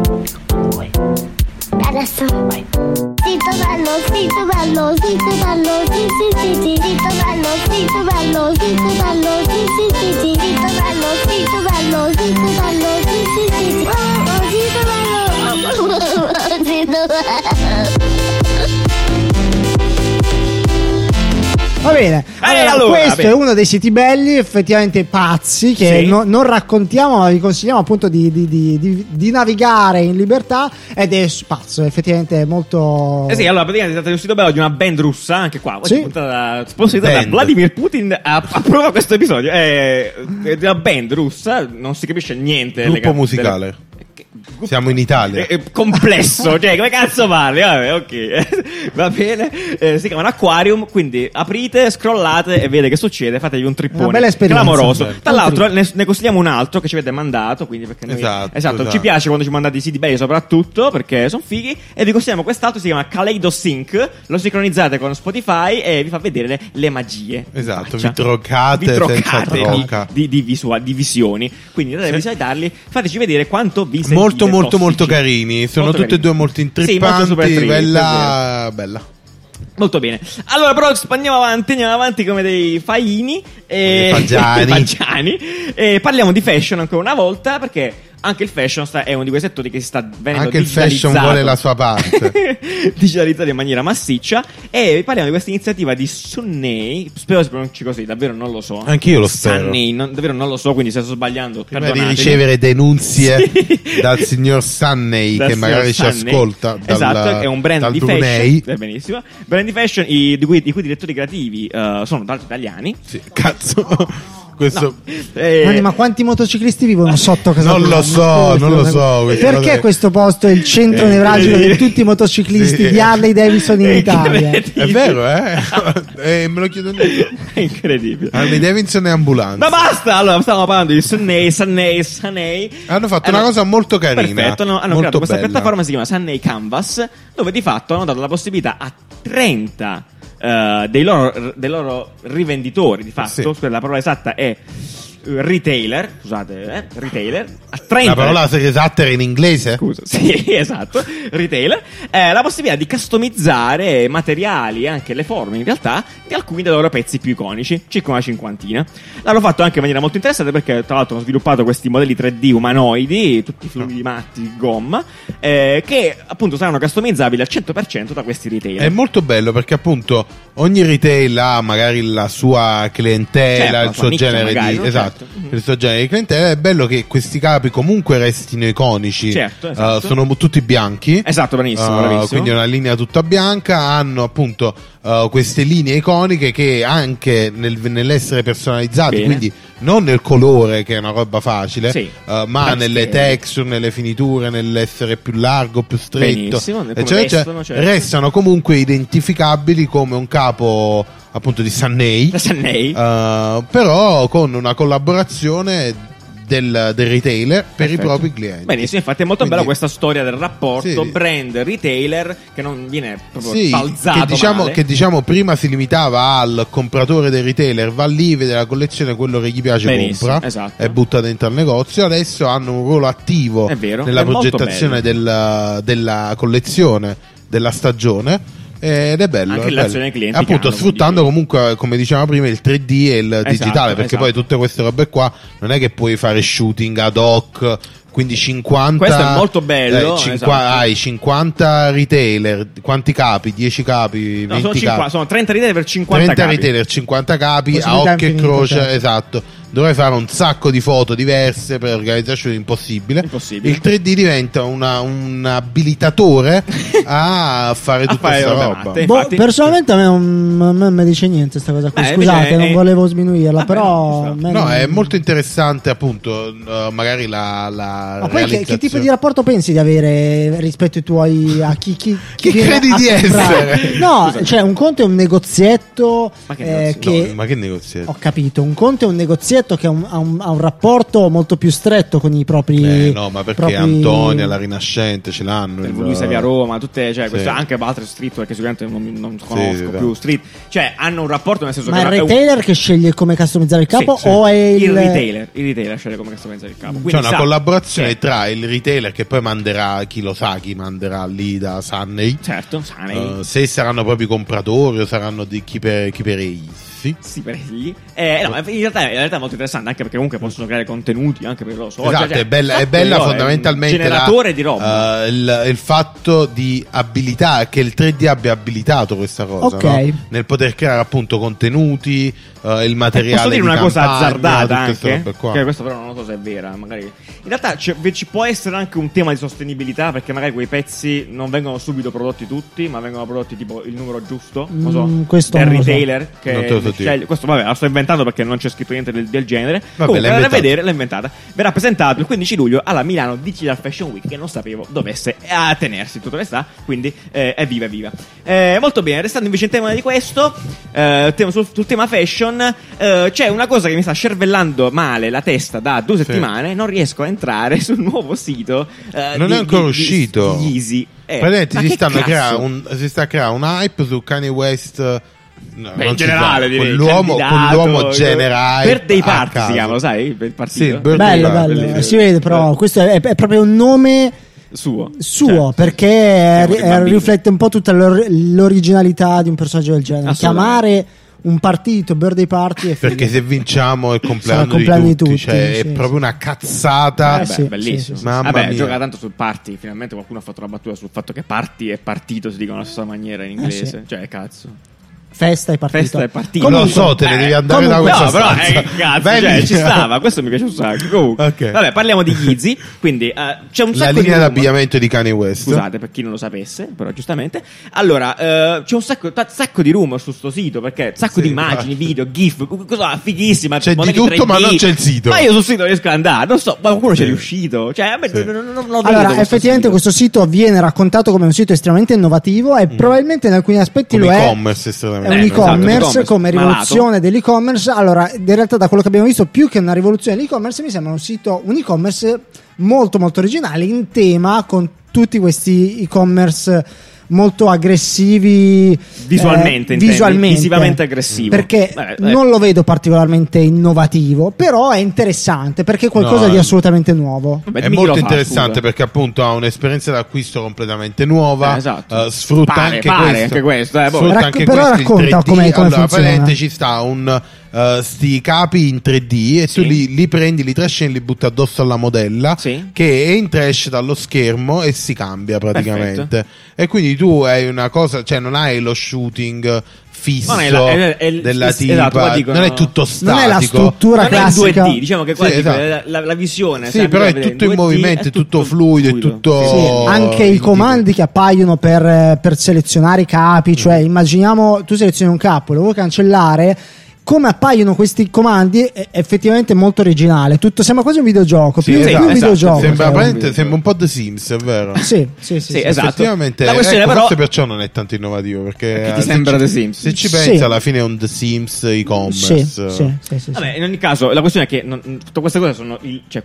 Adesso vai. Sito bello, sito bello, sito bello, sì, sito bello, sito bello, sito bello, sì, sito bello, sito bello, sito bello, sì, sito bello, sito bello. Va bene, allora, questo è uno dei siti belli, effettivamente pazzi, che non raccontiamo, ma vi consigliamo appunto di navigare in libertà, ed è pazzo, effettivamente è molto... sì, allora praticamente si tratta di un sito bello di una band russa, anche qua, sponsorizzata da Vladimir Putin, approva questo episodio, è di una band russa, non si capisce niente. Gruppo musicale. Siamo in Italia. Complesso, cioè come cazzo parli? Vabbè, ok, va bene. Si chiamano Aquarium, quindi aprite, scrollate e vedete che succede, fatevi un trippone. Una bella esperienza, clamoroso. Tra l'altro ne consigliamo un altro che ci avete mandato, quindi perché noi esatto. Ci piace quando ci mandate i siti belli, soprattutto perché sono fighi, e vi consigliamo quest'altro, si chiama KaleidoSync, lo sincronizzate con Spotify e vi fa vedere le magie. Esatto, vi troccate senza trocca di visioni, quindi andate a visitarli, fateci vedere quanto vi sentite molto carini. Sono molto tutti e due molto intrippanti. Bella. Molto bene. Allora, però andiamo avanti come dei faini fagiani. E parliamo di fashion ancora una volta, perché anche il fashion è uno di quei settori che si sta venendo anche il fashion vuole la sua parte digitalizzato in maniera massiccia, e parliamo di questa iniziativa di Sunney, spero si pronunci così, davvero non lo so, anch'io lo spero. Sunney, davvero non lo so, quindi se sto sbagliando prima di ricevere denunce dal signor Sunney che magari ci ascolta esatto, è un brand di Brunei. Fashion, benissimo, brand di fashion di cui i direttori creativi sono tra l'altro italiani. Cazzo. Questo... ma quanti motociclisti vivono sotto casa? Non lo so. Perché questo posto è il centro nevralgico di tutti i motociclisti di Harley Davidson in Italia? È vero, me lo chiedo io. È incredibile. Harley Davidson e ambulanza. Ma basta! Allora, stavamo parlando di Sunney. Hanno fatto una cosa molto carina. Perfetto, hanno creato questa piattaforma, si chiama Sunney Canvas, dove di fatto hanno dato la possibilità a 30 dei loro rivenditori, di fatto, la parola esatta è retailer, scusate, retailer, a 30. La parola esatta era in inglese? Scusa, sì, esatto, retailer, la possibilità di customizzare materiali e anche le forme, in realtà, di alcuni dei loro pezzi più iconici, circa una cinquantina. L'hanno fatto anche in maniera molto interessante, perché tra l'altro hanno sviluppato questi modelli 3D umanoidi, tutti fluidi matti di gomma, che appunto saranno customizzabili al 100% da questi retailer. È molto bello perché appunto ogni retail ha magari la sua clientela, il suo genere magari, di... Esatto. Il suo genere di clientela. È bello che questi capi comunque restino iconici. Esatto. Sono tutti bianchi. Esatto, bravissimo. Quindi una linea tutta bianca. Hanno appunto queste linee iconiche che anche nell'essere personalizzati. Bene. Quindi non nel colore, che è una roba facile, ma nelle texture, nelle finiture, nell'essere più largo, più stretto, eccetera, restano comunque identificabili come un capo appunto di Sunney, però con una collaborazione del retailer per i propri clienti. Benissimo, infatti è molto bella questa storia del rapporto brand-retailer che non viene proprio balzato che diciamo prima si limitava al compratore del retailer, va lì, vede la collezione, quello che gli piace compra e butta dentro al negozio. Adesso hanno un ruolo attivo nella progettazione della collezione, della stagione. Ed è bello, anche relazione ai clienti, appunto sfruttando comunque, come dicevamo prima, il 3D e il digitale, perché poi tutte queste robe qua non è che puoi fare shooting ad hoc, quindi 50. Questo è molto bello. Hai 50 retailer, quanti capi? 10 capi, 20 capi. Sono 30 retailer per 50 capi. 30 retailer, 50 capi a occhio e croce, esatto. Dovrei fare un sacco di foto diverse per organizzarci impossibile. Il 3D diventa un abilitatore a fare tutta questa roba. Personalmente a me non mi dice niente sta cosa qui. Scusate, non volevo sminuirla, però no, è molto interessante appunto magari ma poi che tipo di rapporto pensi di avere rispetto ai tuoi a chi che credi di essere? No, cioè un conto è un negozietto ma che negozietto? Ho capito, un conto è un negozietto che ha un rapporto molto più stretto con i propri no, ma perché Antonia, la Rinascente ce l'hanno, Luisa via Roma, tutte, cioè questo, anche altre street, perché sicuramente non conosco più street, cioè hanno un rapporto, nel senso ma che il retailer che sceglie come customizzare il capo o è il retailer sceglie come customizzare il capo. Quindi c'è una collaborazione tra il retailer, che poi manderà chi manderà lì da Sunney, Sunney. Se saranno proprio compratori o saranno di chi per per egli. No, in realtà è molto interessante, anche perché comunque possono creare contenuti anche per i loro social. Esatto, è bella fondamentalmente generatore di roba. Il fatto di abilità, che il 3D abbia abilitato questa cosa, no? Nel poter creare appunto contenuti, il materiale. Posso dire una cosa azzardata anche? Che questo però non so se è vera. Magari in realtà ci può essere anche un tema di sostenibilità, perché magari quei pezzi non vengono subito prodotti tutti, ma vengono prodotti tipo il numero giusto, non so, del retailer che questo vabbè, lo sto inventando perché non c'è scritto niente del genere. Comunque andate a vedere, l'ho inventata. Verrà presentato il 15 luglio alla Milano Digital Fashion Week, che non sapevo dovesse tenersi tutta l'età, quindi evviva. Molto bene, restando invece in tema di questo, sul tema fashion, c'è una cosa che mi sta cervellando male la testa da 2 settimane. Non riesco a entrare sul nuovo sito. Non è ancora uscito. Di Yeezy. Praticamente si sta creando un hype su Kanye West. In generale, direi, con l'uomo generale. Birthday Party si chiama, lo sai? Per il partito. Sì, bello. Si vede, però questo è proprio un nome suo, certo, perché riflette un po' tutta l'originalità di un personaggio del genere. Chiamare un partito Birthday Party è perché se vinciamo è il compleanno di tutti, cioè è proprio una cazzata. Bellissimo. Mamma mia. Gioca tanto sul party. Finalmente qualcuno ha fatto una battuta sul fatto che party e partito si dicono alla stessa maniera in inglese. Cioè cazzo, festa e partito. Comunque, lo so, te ne devi andare da questa stanza. Cazzo, ci stava. Questo mi piace un sacco. Comunque, vabbè, parliamo di Yeezy. Quindi c'è un sacco la linea d'abbigliamento di Kanye West. Scusate per chi non lo sapesse, però giustamente. Allora, c'è un sacco di rumor su sto sito, perché un sacco di immagini, video, gif, cosa fighissima. C'è di tutto, 3D, ma non c'è il sito. Ma io sul sito riesco ad andare, non so, ma qualcuno c'è riuscito. Cioè, non lo vedo. Allora, effettivamente questo sito viene raccontato come un sito estremamente innovativo e probabilmente in alcuni aspetti lo è. È un e-commerce. Come rivoluzione dell'e-commerce. Allora, in realtà, da quello che abbiamo visto, più che una rivoluzione dell'e-commerce, mi sembra un e-commerce molto molto originale, in tema con tutti questi e-commerce molto aggressivi visualmente, visivamente aggressivo, perché non lo vedo particolarmente innovativo, però è interessante perché è qualcosa di assolutamente nuovo. È molto interessante perché appunto ha un'esperienza d'acquisto completamente nuova, sfrutta anche questo, però racconta come funziona. Ci sta sti capi in 3D e tu li prendi, li trascini, li butti addosso alla modella che è in trash dallo schermo e si cambia praticamente. Perfetto. E quindi tu hai una cosa, cioè non hai lo shooting fisso della tipa, non è tutto statico, non è la struttura classica, è 2D, diciamo che la visione però è tutto in movimento, è tutto fluido, è tutto anche i comandi che appaiono per selezionare i capi, cioè immaginiamo tu selezioni un capo, lo vuoi cancellare, come appaiono questi comandi è effettivamente molto originale. Tutto sembra quasi un videogioco, più un videogioco. Sembra un po' The Sims, è vero? Sì, esatto. Effettivamente, la questione però forse perciò non è tanto innovativo, perché ti sembra The Sims. Se ci pensi, alla fine è un The Sims e-commerce. Sì. Vabbè, in ogni caso, la questione è che tutte queste cose sono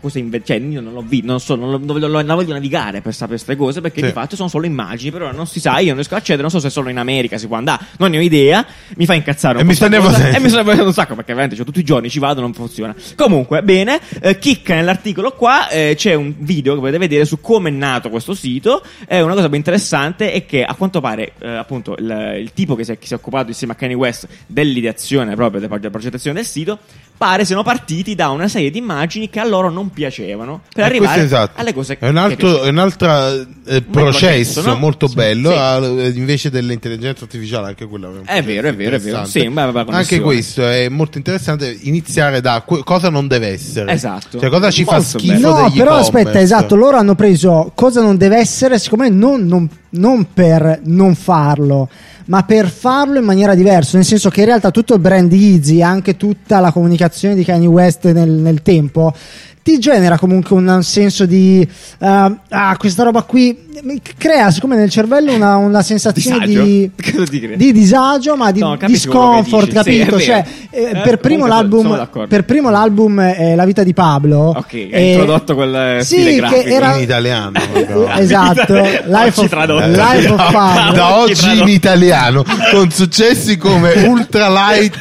io non l'ho visto, non voglio navigare per sapere queste cose, perché di fatto sono solo immagini, però non si sa, io non riesco a accedere, non so se solo in America si può andare, non ne ho idea, mi fa incazzare un po'. Un sacco, perché veramente tutti i giorni ci vado, non funziona. Comunque, bene, chicca nell'articolo qua, c'è un video che potete vedere su come è nato questo sito. È una cosa ben interessante, è che a quanto pare appunto il tipo che si è occupato insieme a Kanye West dell'ideazione proprio della progettazione del sito, pare siano partiti da una serie di immagini che a loro non piacevano per arrivare alle cose è un altro processo, no? Molto bello, invece dell'intelligenza artificiale, anche quello è vero. Sì, anche questo è molto interessante, iniziare da cosa non deve essere, esatto, cioè cosa ci fa schifo degli però e-commerce. Aspetta, esatto, loro hanno preso cosa non deve essere, siccome non per non farlo, ma per farlo in maniera diversa, nel senso che in realtà tutto il brand Yeezy, anche tutta la comunicazione di Kanye West nel tempo, ti genera comunque un senso di questa roba qui crea, siccome nel cervello una sensazione di disagio, ma di discomfort, capito? Cioè, per primo l'album La vita di Pablo, ha introdotto quel stile grafico che era in italiano esatto, Life of Pablo da oggi in italiano, con successi come Ultralight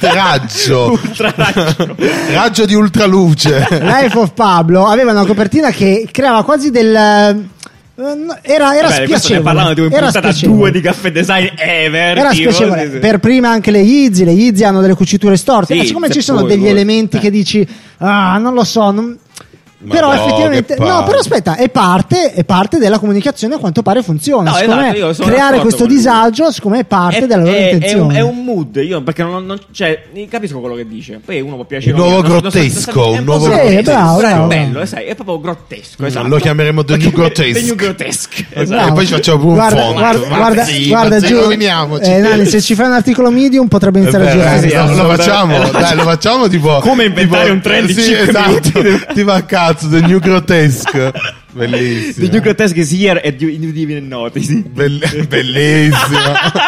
raggio di ultraluce. Life of Pablo aveva una copertina che creava quasi Era spiacevole. Parlando di una puntata 2 di Caffè Design ever. Era spiacevole. Per prima anche le Yeezy hanno delle cuciture storte. Siccome ci sono degli elementi che dici, non lo so, però effettivamente però aspetta, è parte della comunicazione, a quanto pare funziona. Creare questo disagio siccome è parte della loro intenzione. È un mood, io perché non cioè, capisco quello che dice. Poi uno può piacere un nuovo grottesco, un nuovo bravo. Bello, sai, è proprio grottesco, esatto. Lo chiameremo The New Grotesque. The New Grotesque. Esatto. E poi ci facciamo pure un font. Guarda giù, Nani, se ci fai un articolo Medium potrebbe iniziare a girare. Lo facciamo tipo come inventare un trend di 5 minuti. Tipo a cazzo, The New Grotesque. Bellissimo. The New Grotesque is here e Divine Notice. Bellissimo.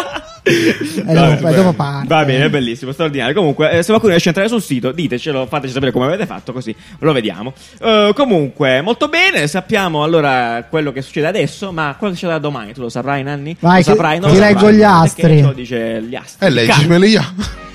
Dopo parte. Va bene, è bellissimo, straordinario. Comunque, se qualcuno riesce a entrare sul sito, ditecelo, fateci sapere come avete fatto, così lo vediamo. Comunque, molto bene, sappiamo allora quello che succede adesso, ma quello che succederà domani, tu lo saprai, Nanni? Vai, lo saprai? Ti leggo gli astri. Lo dice gli astri. Leggimeli io.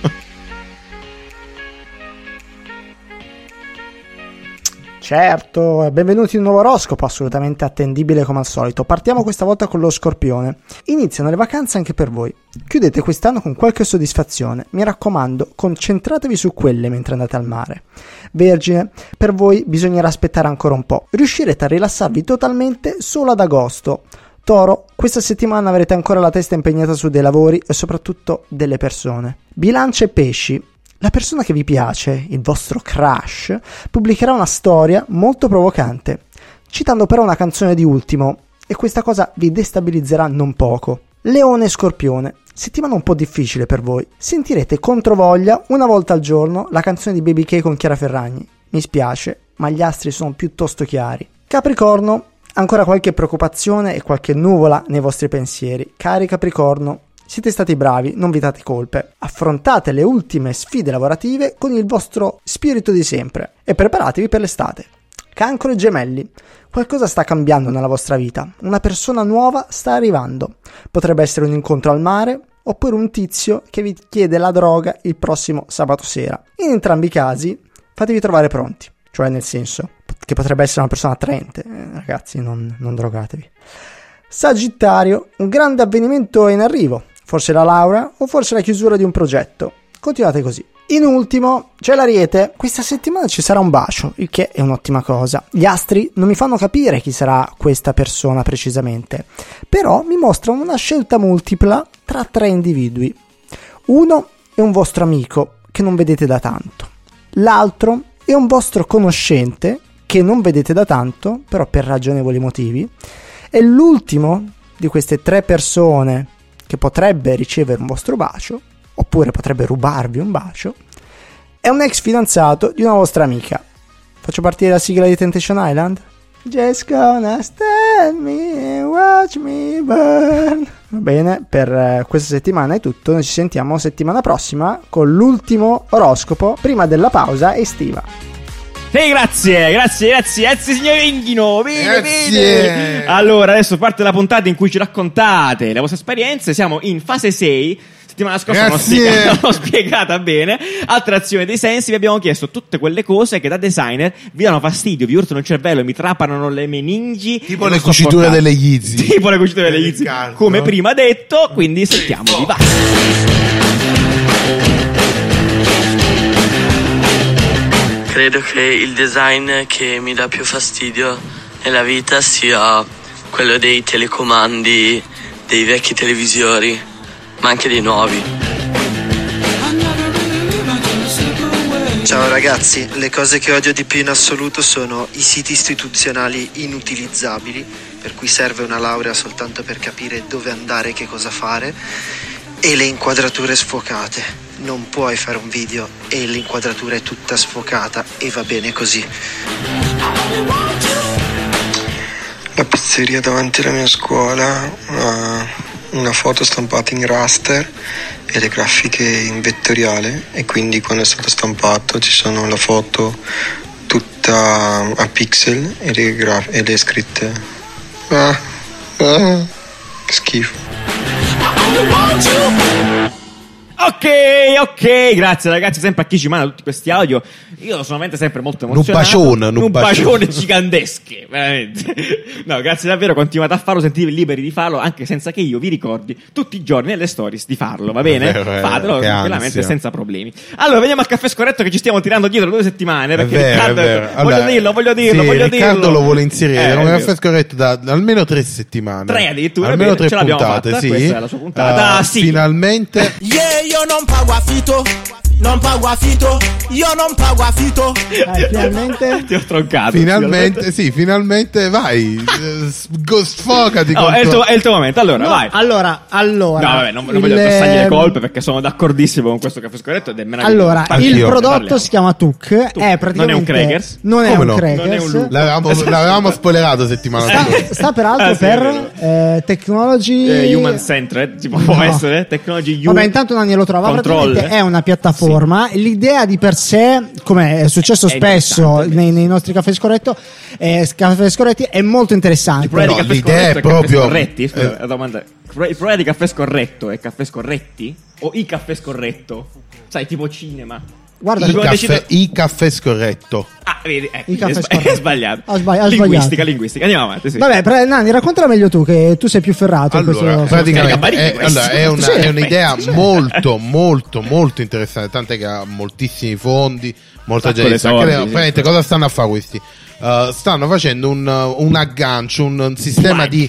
Certo, benvenuti in un nuovo oroscopo, assolutamente attendibile come al solito. Partiamo questa volta con lo Scorpione. Iniziano le vacanze anche per voi. Chiudete quest'anno con qualche soddisfazione. Mi raccomando, concentratevi su quelle mentre andate al mare. Vergine, per voi bisognerà aspettare ancora un po'. Riuscirete a rilassarvi totalmente solo ad agosto. Toro, questa settimana avrete ancora la testa impegnata su dei lavori e soprattutto delle persone. Bilancia e Pesci. La persona che vi piace, il vostro crush, pubblicherà una storia molto provocante, citando però una canzone di Ultimo, e questa cosa vi destabilizzerà non poco. Leone e Scorpione, settimana un po' difficile per voi. Sentirete controvoglia una volta al giorno la canzone di Baby K con Chiara Ferragni. Mi spiace, ma gli astri sono piuttosto chiari. Capricorno, ancora qualche preoccupazione e qualche nuvola nei vostri pensieri. Cari Capricorno, siete stati bravi, non vi date colpe. Affrontate le ultime sfide lavorative con il vostro spirito di sempre e preparatevi per l'estate. Cancro e Gemelli. Qualcosa sta cambiando nella vostra vita. Una persona nuova sta arrivando. Potrebbe essere un incontro al mare oppure un tizio che vi chiede la droga il prossimo sabato sera. In entrambi i casi fatevi trovare pronti. Cioè nel senso che potrebbe essere una persona attraente. Ragazzi, non drogatevi. Sagittario. Un grande avvenimento è in arrivo. Forse la laurea o forse la chiusura di un progetto. Continuate così. In ultimo c'è l'Ariete. Questa settimana ci sarà un bacio, il che è un'ottima cosa. Gli astri non mi fanno capire chi sarà questa persona precisamente, però mi mostrano una scelta multipla tra 3 individui. Uno è un vostro amico che non vedete da tanto. L'altro è un vostro conoscente che non vedete da tanto, però per ragionevoli motivi. E l'ultimo di queste 3 persone che potrebbe ricevere un vostro bacio, oppure potrebbe rubarvi un bacio, è un ex fidanzato di una vostra amica. Faccio partire la sigla di Temptation Island? Just gonna stand me and watch me burn. Va bene, per questa settimana è tutto. Noi ci sentiamo settimana prossima con l'ultimo oroscopo prima della pausa estiva. Grazie signor Inghino. Bene. Allora adesso parte la puntata in cui ci raccontate le vostre esperienze. Siamo in fase 6. Settimana scorsa non l'ho spiegata bene. Attrazione dei sensi. Vi abbiamo chiesto tutte quelle cose che da designer vi danno fastidio, vi urtano il cervello e mi trapanano le meningi. Tipo le cuciture delle Yeezy. Come prima detto. Quindi sentiamovi, va. Credo che il design che mi dà più fastidio nella vita sia quello dei telecomandi dei vecchi televisori, ma anche dei nuovi. Ciao ragazzi, le cose che odio di più in assoluto sono i siti istituzionali inutilizzabili, per cui serve una laurea soltanto per capire dove andare e che cosa fare, e le inquadrature sfocate. Non puoi fare un video e l'inquadratura è tutta sfocata e va bene così. La pizzeria davanti alla mia scuola ha una foto stampata in raster e le grafiche in vettoriale, e quindi quando è stato stampato ci sono la foto tutta a pixel e le scritte. Che schifo. Ok, grazie ragazzi, sempre a chi ci manda tutti questi audio. Io sono veramente sempre molto emozionato. Un bacione giganteschi, veramente. No, grazie davvero, continuate a farlo, sentitevi liberi di farlo, anche senza che io vi ricordi tutti i giorni nelle stories di farlo, va bene? Fatelo tranquillamente, senza problemi. Allora, veniamo al caffè scorretto che ci stiamo tirando dietro 2 settimane, perché Riccardo, voglio dirlo. Riccardo lo vuole inserire un caffè scorretto da almeno 3 settimane. 3 addirittura, almeno 3 puntate, fatta, sì. Questa è la sua puntata, sì. Finalmente. Io non pago affitto. Non pago affitto, io non pago affitto. Finalmente ti ho troncato. Finalmente vai. Sfogati. È il tuo momento. Allora, vai. Allora. No, vabbè, non voglio addossargli le colpe perché sono d'accordissimo con questo caffè scorretto ed è meraviglioso. Allora, il prodotto si chiama Tuk. È praticamente non è un Crackers. Non è un Crackers. L'avevamo spoilerato settimana scorsa. Sta peraltro per Technology Human Centered, può essere Technology Vabbè, intanto Nanni lo trova. Praticamente è una piattaforma. L'idea di per sé, come è successo spesso nei nostri caffè scorretti, è molto interessante. L'idea è proprio il problema di caffè scorretto è caffè scorretti o i caffè scorretto, sai, tipo cinema. Guarda, il caffè scorretto. Vedi, è sbagliato. Ha Linguistica. Andiamo avanti. Sì. Vabbè, Nanni, raccontala meglio tu, che tu sei più ferrato. Allora, praticamente è un'idea molto, molto, molto interessante. Tant'è che ha moltissimi fondi, molta gente sa. Praticamente cosa stanno a fare questi? Stanno facendo un aggancio, un sistema di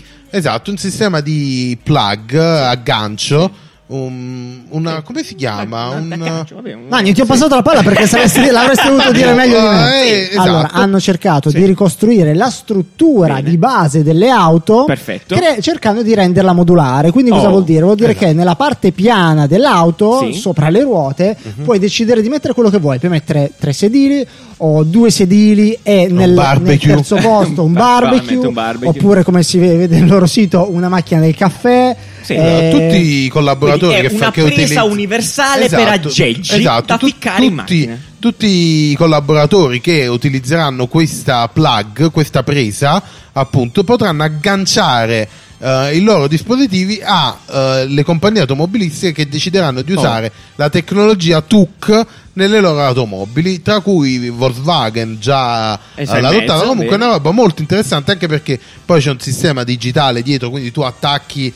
un plug aggancio. Come si chiama? Nanni, ti ho passato la palla perché l'avresti dovuto dire meglio di me. Allora, hanno cercato di ricostruire la struttura di base delle auto, cercando di renderla modulare. Quindi cosa vuol dire? Vuol dire che nella parte piana dell'auto, sopra le ruote, puoi decidere di mettere quello che vuoi. Puoi mettere 3 sedili o 2 sedili e nel terzo posto un barbecue, oppure, come si vede nel loro sito, una macchina del caffè. Tutti i collaboratori che una presa universale per aggeggi da ficcare in macchina. Tutti i collaboratori che utilizzeranno questa plug, questa presa, appunto, potranno agganciare i loro dispositivi alle compagnie automobilistiche che decideranno di usare la tecnologia TUC nelle loro automobili, tra cui Volkswagen già l'ha adottata. Comunque è una roba molto interessante, anche perché poi c'è un sistema digitale dietro, quindi tu attacchi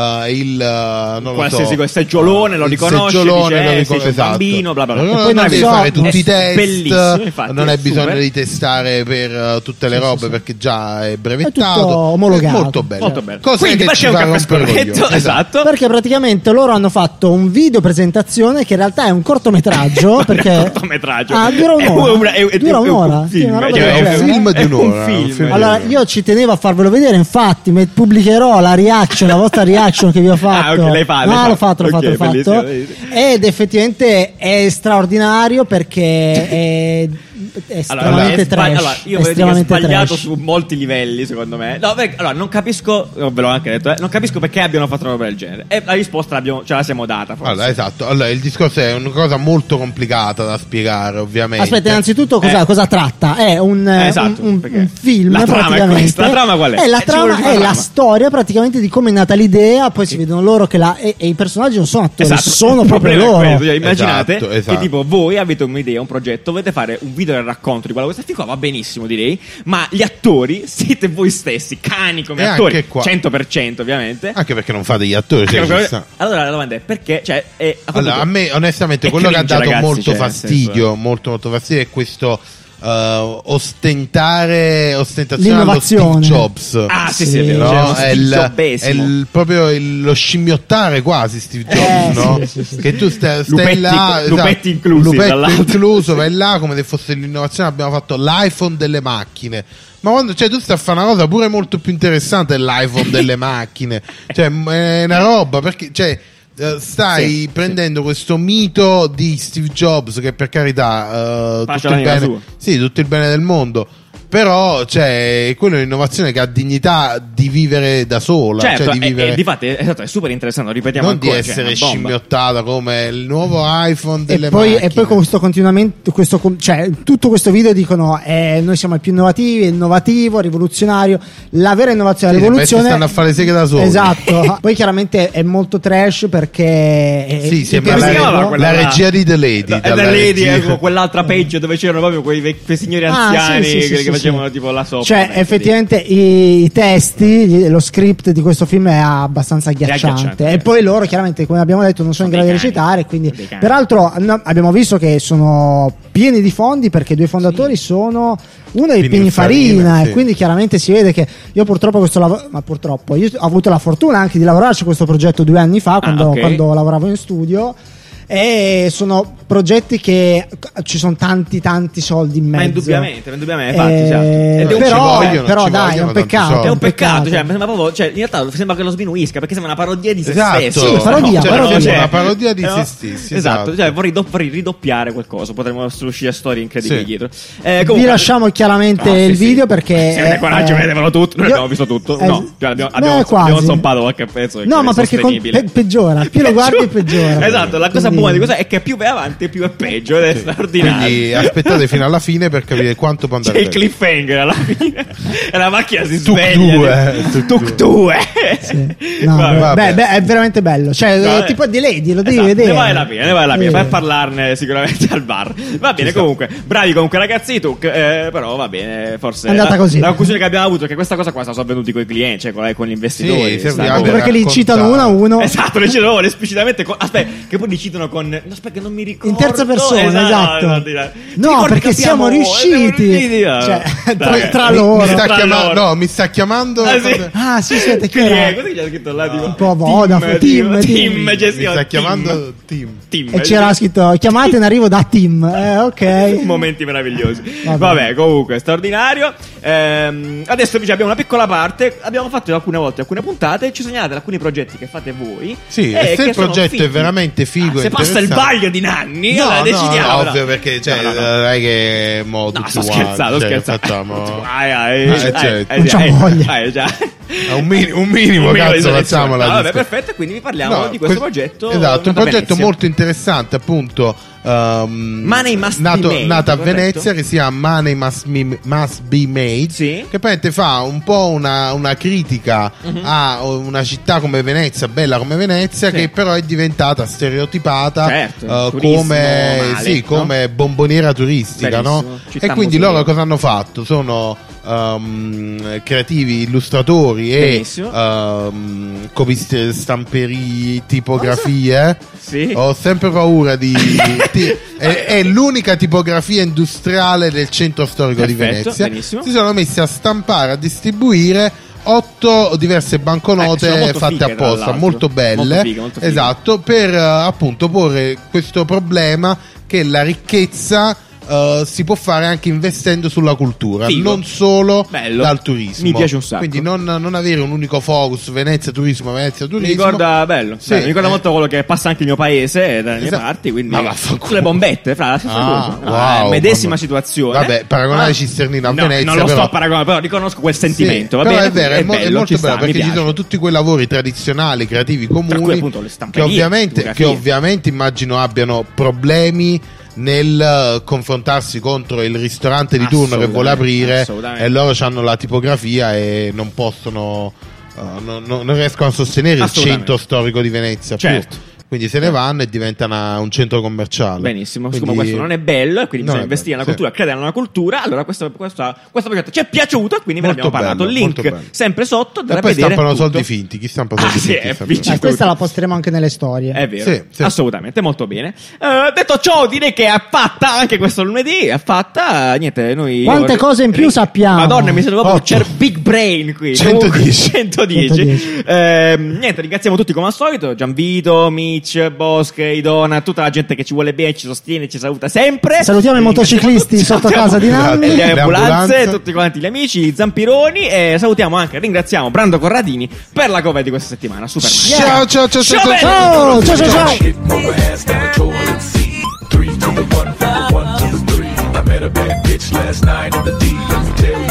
qualsiasi seggiolone lo riconosce, sei un bambino, bla bla bla. Non devi fare tutti i test, non hai bisogno di testare per tutte le robe, perché già è brevettato, è tutto omologato. Molto bello. Quindi che c'è un caffè scorretto, esatto, perché praticamente loro hanno fatto un video presentazione che in realtà è un cortometraggio, perché dura un'ora. Dura un'ora. È un film di un'ora. Allora, io ci tenevo a farvelo vedere, infatti pubblicherò la vostra reaction che vi ho fatto. L'hai l'ho fatto. Ed effettivamente è straordinario, perché è estremamente trash. Io vedo che è sbagliato su molti livelli, secondo me. Non capisco, ve l'ho anche detto, non capisco perché abbiano fatto una roba del genere. E la risposta ce la siamo data, forse. Esatto. Allora, il discorso è una cosa molto complicata da spiegare, ovviamente. Aspetta, innanzitutto cosa tratta? È un film, la praticamente. La trama qual è? La trama è la storia praticamente di come è nata l'idea. Poi si vedono loro che e i personaggi non sono attori, sono proprio loro. Immaginate che tipo voi avete un'idea, un progetto, volete fare un video del racconto di questa qua, va benissimo, direi, ma gli attori siete voi stessi, cani come attori, 100% ovviamente. Anche perché non fate gli attori. Allora la domanda è perché, a me onestamente quello che ha dato molto fastidio è questo ostentazione allo Steve Jobs. Sì, è vero. È proprio lo scimmiottare quasi Steve Jobs, no? Che tu stai là, lupetti incluso, vai là come se fosse l'innovazione. Abbiamo fatto l'iPhone delle macchine. Ma quando tu stai a fare una cosa pure molto più interessante dell'iPhone delle macchine, è una roba, perché stai prendendo questo mito di Steve Jobs, che per carità tutto il bene del mondo, però cioè, quello è un'innovazione che ha dignità di vivere da sola, certo, cioè di vivere... difatti è super interessante, lo ripetiamo non ancora, di essere scimmiottata come il nuovo iPhone delle macchine. E poi questo continuamente cioè tutto questo video dicono noi siamo i più innovativi, innovativo, rivoluzionario. La vera innovazione, la rivoluzione stanno a fare le seghe da soli. Esatto. Poi chiaramente è molto trash perché sembra la regia di The Lady, The Lady, quell'altra page dove c'erano proprio quei signori anziani che facevano tipo la sopra. Cioè effettivamente i testi, lo script di questo film è abbastanza agghiacciante. E poi loro chiaramente, come abbiamo detto, non sono in grado di recitare, quindi peraltro abbiamo visto che sono pieni di fondi perché i due fondatori sono uno dei Pininfarina e quindi chiaramente si vede che io purtroppo io ho avuto la fortuna anche di lavorarci a questo progetto 2 anni fa quando lavoravo in studio, e sono progetti che ci sono tanti soldi in mezzo. Ma indubbiamente infatti, però dai, è un peccato. È un peccato, cioè, sembra proprio, cioè, in realtà sembra che lo sminuisca perché sembra una parodia di se stesso. Sì, parodia. Una parodia di se stessi. Esatto, cioè vorrei ridoppiare qualcosa, potremmo uscire storie incredibili dietro. Vi lasciamo chiaramente il video perché se avete coraggio vedevano tutto, noi abbiamo visto tutto. Abbiamo zompato qualche pezzo. No, ma perché peggiora, più lo guardi peggiora. Esatto, la cosa buona di questo è che più vai avanti più è peggio, ed è straordinario. Quindi aspettate fino alla fine per capire quanto può andare. C'è il cliffhanger alla fine e la macchina si sveglia. Tuk 2. È veramente bello, cioè tipo di Lady, lo devi vedere. Ne vale la pena per parlarne sicuramente al bar. Va bene, comunque bravi comunque ragazzi di Tuk, però va bene, forse è andata così. La conclusione che abbiamo avuto è che questa cosa qua sono avvenuti con i clienti, cioè con gli investitori, anche perché li citano uno a uno. Esatto, li citano esplicitamente aspetta, che poi li citano con aspetta che non mi ricordo, in terza persona, esatto. No, perché siamo riusciti, cioè, tra loro. Mi sta chiamando. Sì, siete che così c'è scritto là tipo un po' Vodafone, Team. Mi sta chiamando Team. E c'era scritto chiamate in arrivo da Team. Ok. Momenti meravigliosi. Vabbè, comunque straordinario. Adesso invece abbiamo una piccola parte. Abbiamo fatto alcune volte alcune puntate. Ci segnalate alcuni progetti che fate voi. Sì, e se il progetto è veramente figo, se passa il vaglio di Nanni, allora decidiamo. No, ovvio, perché non è che sto scherzando. Non c'ho voglia. Un minimo, cazzo, facciamola. Vabbè, perfetto, quindi vi parliamo di questo progetto. Esatto, un progetto molto interessante, appunto. Money Must Be Made, nata a Venezia, che si chiama Money Must Be Made, sì. Che praticamente fa un po' una critica a una città come Venezia, bella come Venezia, che però è diventata stereotipata come bomboniera turistica, no? E quindi loro cosa hanno fatto? Sono creativi, illustratori e copisti, stamperi, tipografie. Sì. Ho sempre paura è l'unica tipografia industriale del centro storico di Venezia. Benissimo. Si sono messi a stampare, a distribuire 8 diverse banconote fatte apposta, molto belle, molto fighe. Esatto, per appunto porre questo problema che la ricchezza si può fare anche investendo sulla cultura, non solo dal turismo. Mi piace un sacco. Quindi non avere un unico focus Venezia turismo. Mi ricorda bello. Mi ricorda molto quello che passa anche il mio paese dalle mie parti, quindi sulle bombette, fra la stessa cosa. Medesima situazione. Vabbè, paragonare Cisternino a Venezia. Non lo sto paragonando, però riconosco quel sentimento. Va però bene, è vero, è molto bello perché ci sono tutti quei lavori tradizionali, creativi, comuni, che ovviamente immagino abbiano problemi nel confrontarsi contro il ristorante di turno che vuole aprire, e loro hanno la tipografia e non possono non riescono a sostenere il centro storico di Venezia, certo. Quindi se ne vanno e diventa un centro commerciale. Benissimo, siccome questo non è bello e quindi bisogna investire nella cultura, credere nella cultura, allora questo progetto ci è piaciuto e quindi ve ne abbiamo parlato. Il link sempre sotto, e poi stampano soldi finti. Chi stampa soldi finti? Questa la posteremo anche nelle storie. È vero, assolutamente, molto bene. Detto ciò, direi che è fatta anche questo lunedì. È fatta, niente, noi quante cose in più sappiamo. Madonna, mi sembra proprio c'è big brain qui. 110. Niente, ringraziamo tutti come al solito, Gianvito, Bosche, Idona, tutta la gente che ci vuole bene, ci sostiene, ci saluta sempre. Salutiamo i motociclisti sotto casa di Nanni, le ambulanze, tutti quanti gli amici, gli zampironi, e salutiamo anche, ringraziamo Brando Corradini per la cover di questa settimana. Super ciao. I met a bad bitch last night in the D.